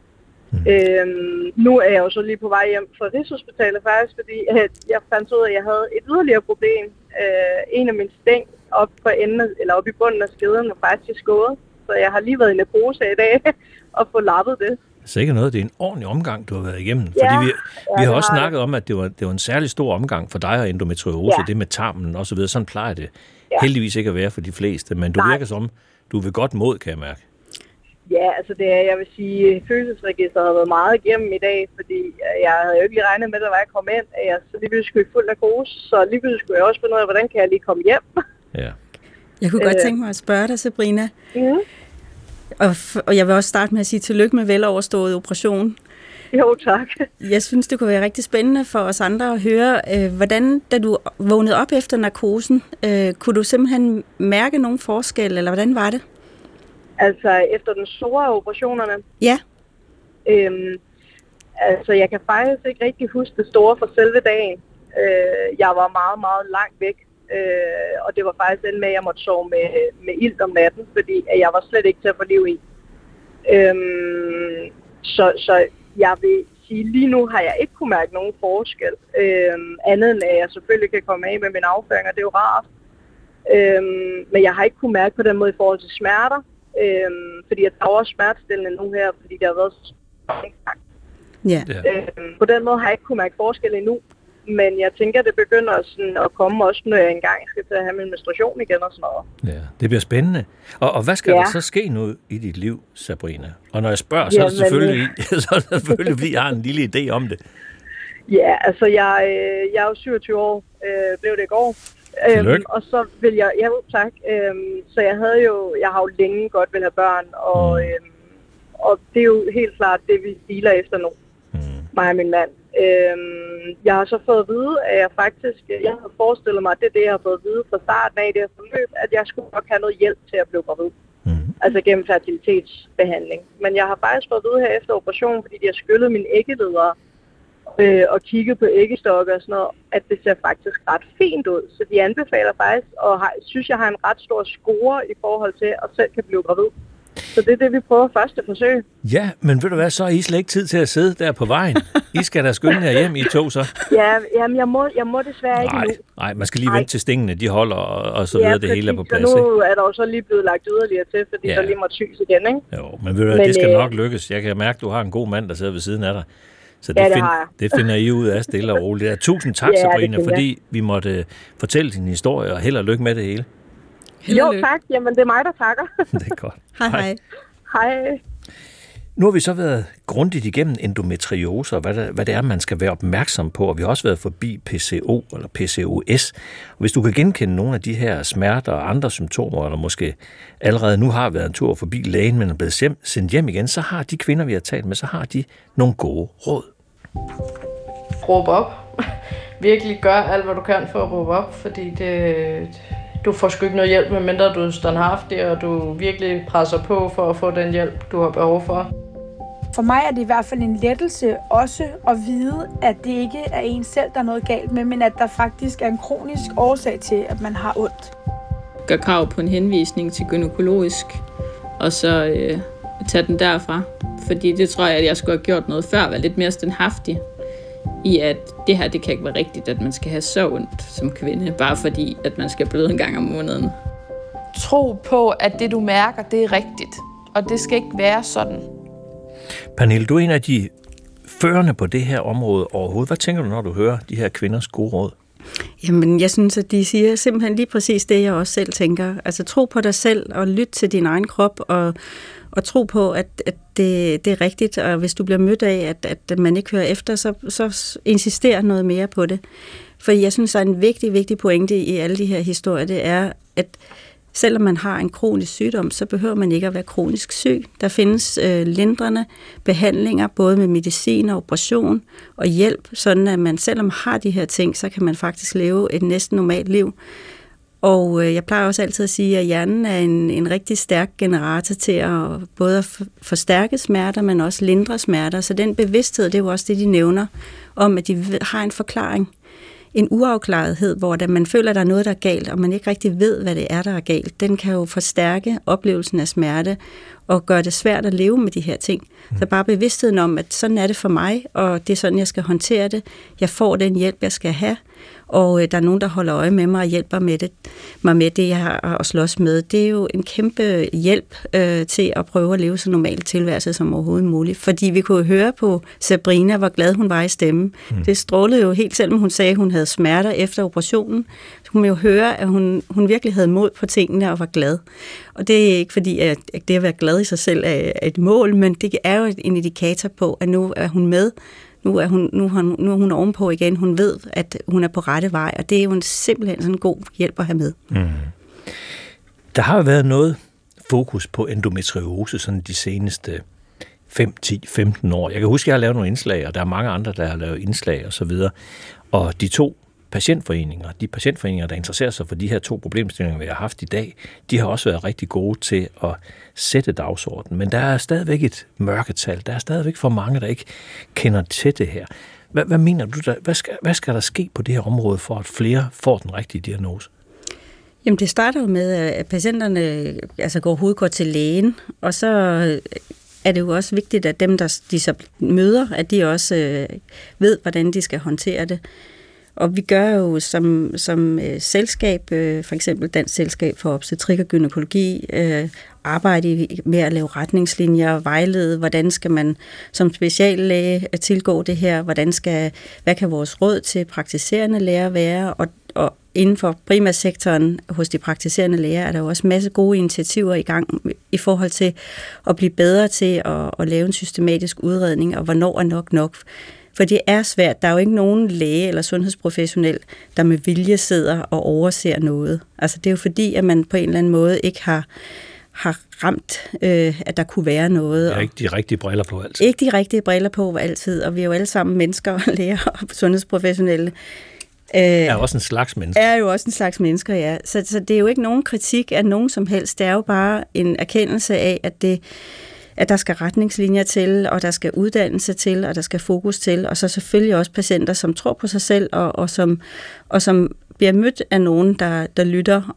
S11: Nu er jeg jo så lige på vej hjem fra Rigshospitalet faktisk, fordi jeg fandt ud af, at jeg havde et yderligere problem. En af mine stæng op i bunden af skeden var faktisk skåret, så jeg har lige været i narkose i dag og få lappet det.
S3: Sikkert noget, det er en ordentlig omgang, du har været igennem. Fordi vi har også snakket om, at det var en særlig stor omgang for dig og endometriose, det med tarmen og så videre. Sådan plejer det heldigvis ikke at være for de fleste, men du virker som, du er ved godt mod, kan jeg mærke.
S11: Ja, altså jeg vil sige, følelsesregisteret har været meget igennem i dag, fordi jeg havde jo ikke lige regnet med, at jeg kom ind, så lige pludselig skulle jeg fuld narkose, så lige pludselig skulle jeg også finde ud af, hvordan kan jeg lige komme hjem. Ja.
S5: Jeg kunne godt tænke mig at spørge dig, Sabrina. Og jeg vil også starte med at sige tillykke med veloverstået operation.
S11: Jo, tak.
S5: Jeg synes, det kunne være rigtig spændende for os andre at høre, hvordan, da du vågnede op efter narkosen, kunne du simpelthen mærke nogen forskel, eller hvordan var det?
S11: Altså efter den store operationerne?
S5: Ja.
S11: Altså jeg kan faktisk ikke rigtig huske det store for selve dagen. Jeg var meget, meget langt væk. Og det var faktisk den med, at jeg måtte sove med ilt om natten, fordi jeg var slet ikke til at få liv i. Så jeg vil sige, lige nu har jeg ikke kunne mærke nogen forskel. Andet end at jeg selvfølgelig kan komme af med min afføring, og det er jo rart. Men jeg har ikke kunne mærke på den måde i forhold til smerter. Fordi jeg tager også smertestillende nu her, fordi det har været så
S5: ja.
S11: På den måde har jeg ikke kunne mærke forskel endnu. Men jeg tænker, det begynder sådan at komme også, når jeg engang skal til at have min menstruation igen og sådan noget.
S3: Ja, det bliver spændende. Og hvad skal der så ske nu i dit liv, Sabrina? Og når jeg spørger, så er det selvfølgelig, fordi jeg har en lille idé om det.
S11: Ja, altså jeg er jo 27 år, blev det i går. Og så vil jeg, tak. Så jeg har jo længe godt vil have børn, og det er jo helt klart det, vi stiler efter nu, mig og min mand. Jeg har så fået at vide, at jeg havde forestillet mig, at det er det, jeg har fået at vide fra starten af det her forløb, at jeg skulle nok have noget hjælp til at blive gravid. Altså gennem fertilitetsbehandling. Men jeg har faktisk fået at vide her efter operationen, fordi de har skyllet mine æggeledere og kigget på æggestokke og sådan noget, at det ser faktisk ret fint ud. Så de anbefaler faktisk, og synes jeg har en ret stor score i forhold til, at selv kan blive gravid. Så det er det, vi prøver første forsøg.
S3: Ja, men ved du hvad, så er I slet ikke tid til at sidde der på vejen. I skal da skynde jer hjem, I to så.
S11: Ja, jamen jeg må desværre ikke nu.
S3: Nej, man skal lige vente til stingene, de holder, og så videre, det hele er på plads.
S11: Ja, nu er der jo så lige blevet lagt yderligere til, fordi der lige måtte sys igen, ikke?
S3: Jo, men ved du hvad, det skal nok lykkes. Jeg kan mærke, at du har en god mand, der sidder ved siden af dig. Så det finder I ud af stille og roligt. Tusind tak, Sabrina, fordi vi måtte fortælle din historie, og held og lykke med det hele.
S11: Jo, tak. Jamen, det er mig, der takker.
S3: Det er godt.
S5: Hej.
S11: Hej.
S3: Nu har vi så været grundigt igennem endometriose, og hvad det er, man skal være opmærksom på, og vi har også været forbi PCO eller PCOS. Og hvis du kan genkende nogle af de her smerter og andre symptomer, eller måske allerede nu har været en tur forbi lægen, men er blevet sendt hjem igen, så har de kvinder, vi har talt med, så har de nogle gode råd.
S2: Råb op. Virkelig gør alt, hvad du kan for at råbe op, fordi du får sgu ikke noget hjælp, medmindre du er standhaftig, og du virkelig presser på for at få den hjælp, du har behov for.
S7: For mig er det i hvert fald en lettelse også at vide, at det ikke er en selv, der er noget galt med, men at der faktisk er en kronisk årsag til, at man har ondt.
S6: Gør krav på en henvisning til gynækologisk, og så tage den derfra. Fordi det tror jeg, at jeg skulle have gjort noget før, være lidt mere standhaftig i, at det her, det kan ikke være rigtigt, at man skal have så ondt som kvinde, bare fordi, at man skal bløde en gang om måneden.
S1: Tro på, at det du mærker, det er rigtigt, og det skal ikke være sådan.
S3: Pernille, du er en af de førende på det her område overhovedet. Hvad tænker du, når du hører de her kvinders gode råd?
S5: Jamen, jeg synes, at de siger simpelthen lige præcis det, jeg også selv tænker. Altså, tro på dig selv, og lyt til din egen krop, og tro på, at det er rigtigt, og hvis du bliver mødt af, at man ikke hører efter, så insister noget mere på det. For jeg synes, at en vigtig pointe i alle de her historier, det er, at selvom man har en kronisk sygdom, så behøver man ikke at være kronisk syg. Der findes lindrende behandlinger, både med medicin og operation og hjælp, sådan at man selvom man har de her ting, så kan man faktisk leve et næsten normalt liv. Og jeg plejer også altid at sige, at hjernen er en rigtig stærk generator til at både at forstærke smerter, men også lindre smerter. Så den bevidsthed, det er jo også det, de nævner, om at de har en forklaring. En uafklarethed, hvor man føler, at der er noget, der er galt, og man ikke rigtig ved, hvad det er, der er galt. Den kan jo forstærke oplevelsen af smerte og gøre det svært at leve med de her ting. Så bare bevidstheden om, at sådan er det for mig, og det er sådan, jeg skal håndtere det. Jeg får den hjælp, jeg skal have, og der er nogen, der holder øje med mig og hjælper mig med det, jeg har at slås med. Det er jo en kæmpe hjælp til at prøve at leve så normalt tilværelse som overhovedet muligt. Fordi vi kunne høre på Sabrina, hvor glad hun var i stemmen. Det strålede jo helt, selvom hun sagde, at hun havde smerter efter operationen. Så kunne man jo høre, at hun virkelig havde mod på tingene og var glad. Og det er ikke fordi, at det at være glad i sig selv er et mål, men det er jo en indikator på, at nu er hun med. Nu er hun ovenpå igen. Hun ved, at hun er på rette vej, og det er jo simpelthen sådan en god hjælp at have med. Mm.
S3: Der har jo været noget fokus på endometriose sådan de seneste 5, 10, 15 år. Jeg kan huske, at jeg har lavet nogle indslag, og der er mange andre, der har lavet indslag og så videre. Og de to patientforeninger, der interesserer sig for de her 2 problemstillinger, vi har haft i dag, de har også været rigtig gode til at sætte dagsordenen. Men der er stadigvæk et mørketal. Der er stadigvæk for mange, der ikke kender til det her. Hvad mener du der? Hvad skal der ske på det her område, for at flere får den rigtige diagnose?
S5: Jamen, det starter jo med, at patienterne går til lægen, og så er det jo også vigtigt, at dem, de så møder, at de også ved, hvordan de skal håndtere det. Og vi gør jo som selskab, for eksempel Dansk Selskab for Obstetrik og Gynækologi, arbejde med at lave retningslinjer og vejlede, hvordan skal man som speciallæge tilgå det her, hvad kan vores råd til praktiserende læger være, og inden for primærsektoren hos de praktiserende læger er der jo også en masse gode initiativer i gang i forhold til at blive bedre til at lave en systematisk udredning, og hvornår er nok. For det er svært. Der er jo ikke nogen læge eller sundhedsprofessionel, der med vilje sidder og overser noget. Altså det er jo fordi, at man på en eller anden måde ikke har ramt, at der kunne være noget.
S3: Det er ikke de rigtige briller på altid.
S5: Ikke de rigtige briller på altid, og vi er jo alle sammen mennesker, læger og sundhedsprofessionelle.
S3: Er også en slags mennesker.
S5: Er jo også en slags mennesker, ja. Så det er jo ikke nogen kritik af nogen som helst. Det er jo bare en erkendelse af, at der skal retningslinjer til, og der skal uddannelse til, og der skal fokus til, og så selvfølgelig også patienter, som tror på sig selv, og som bliver mødt af nogen, der lytter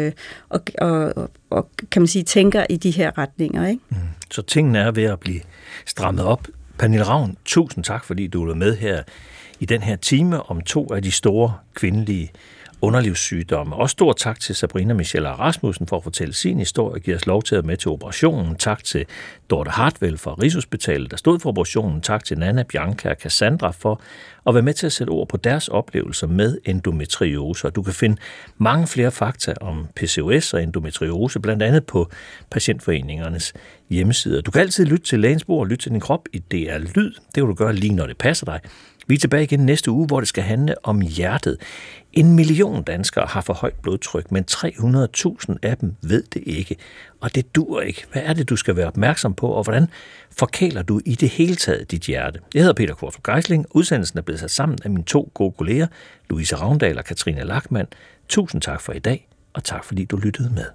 S5: og kan man sige, tænker i de her retninger. Ikke?
S3: Så tingene er ved at blive strammet op. Pernille Ravn, tusind tak, fordi du var med her i den her time om 2 af de store kvindelige underlivssygdomme. Også stor tak til Sabrina Michelle Rasmussen for at fortælle sin historie og give os lov til at være med til operationen. Tak til Dorte Hartwell fra Rigshospitalet, der stod for operationen. Tak til Nana, Bianca og Cassandra for at være med til at sætte ord på deres oplevelser med endometriose. Og du kan finde mange flere fakta om PCOS og endometriose, blandt andet på patientforeningernes hjemmesider. Du kan altid lytte til Lægens Bord og lytte til din krop i DR Lyd. Det vil du gøre lige når det passer dig. Vi er tilbage igen næste uge, hvor det skal handle om hjertet. 1 million danskere har for højt blodtryk, men 300.000 af dem ved det ikke. Og det dur ikke. Hvad er det, du skal være opmærksom på, og hvordan forkæler du i det hele taget dit hjerte? Jeg hedder Peter Qvortrup Geisling. Udsendelsen er blevet sat sammen af mine 2 gode kolleger, Louise Ravndal og Katrine Lachmann. Tusind tak for i dag, og tak fordi du lyttede med.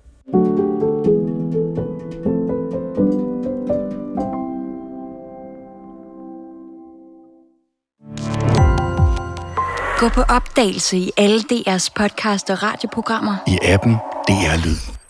S12: Gå på opdagelse i alle DR's podcast og radioprogrammer.
S13: I appen DR Lyd.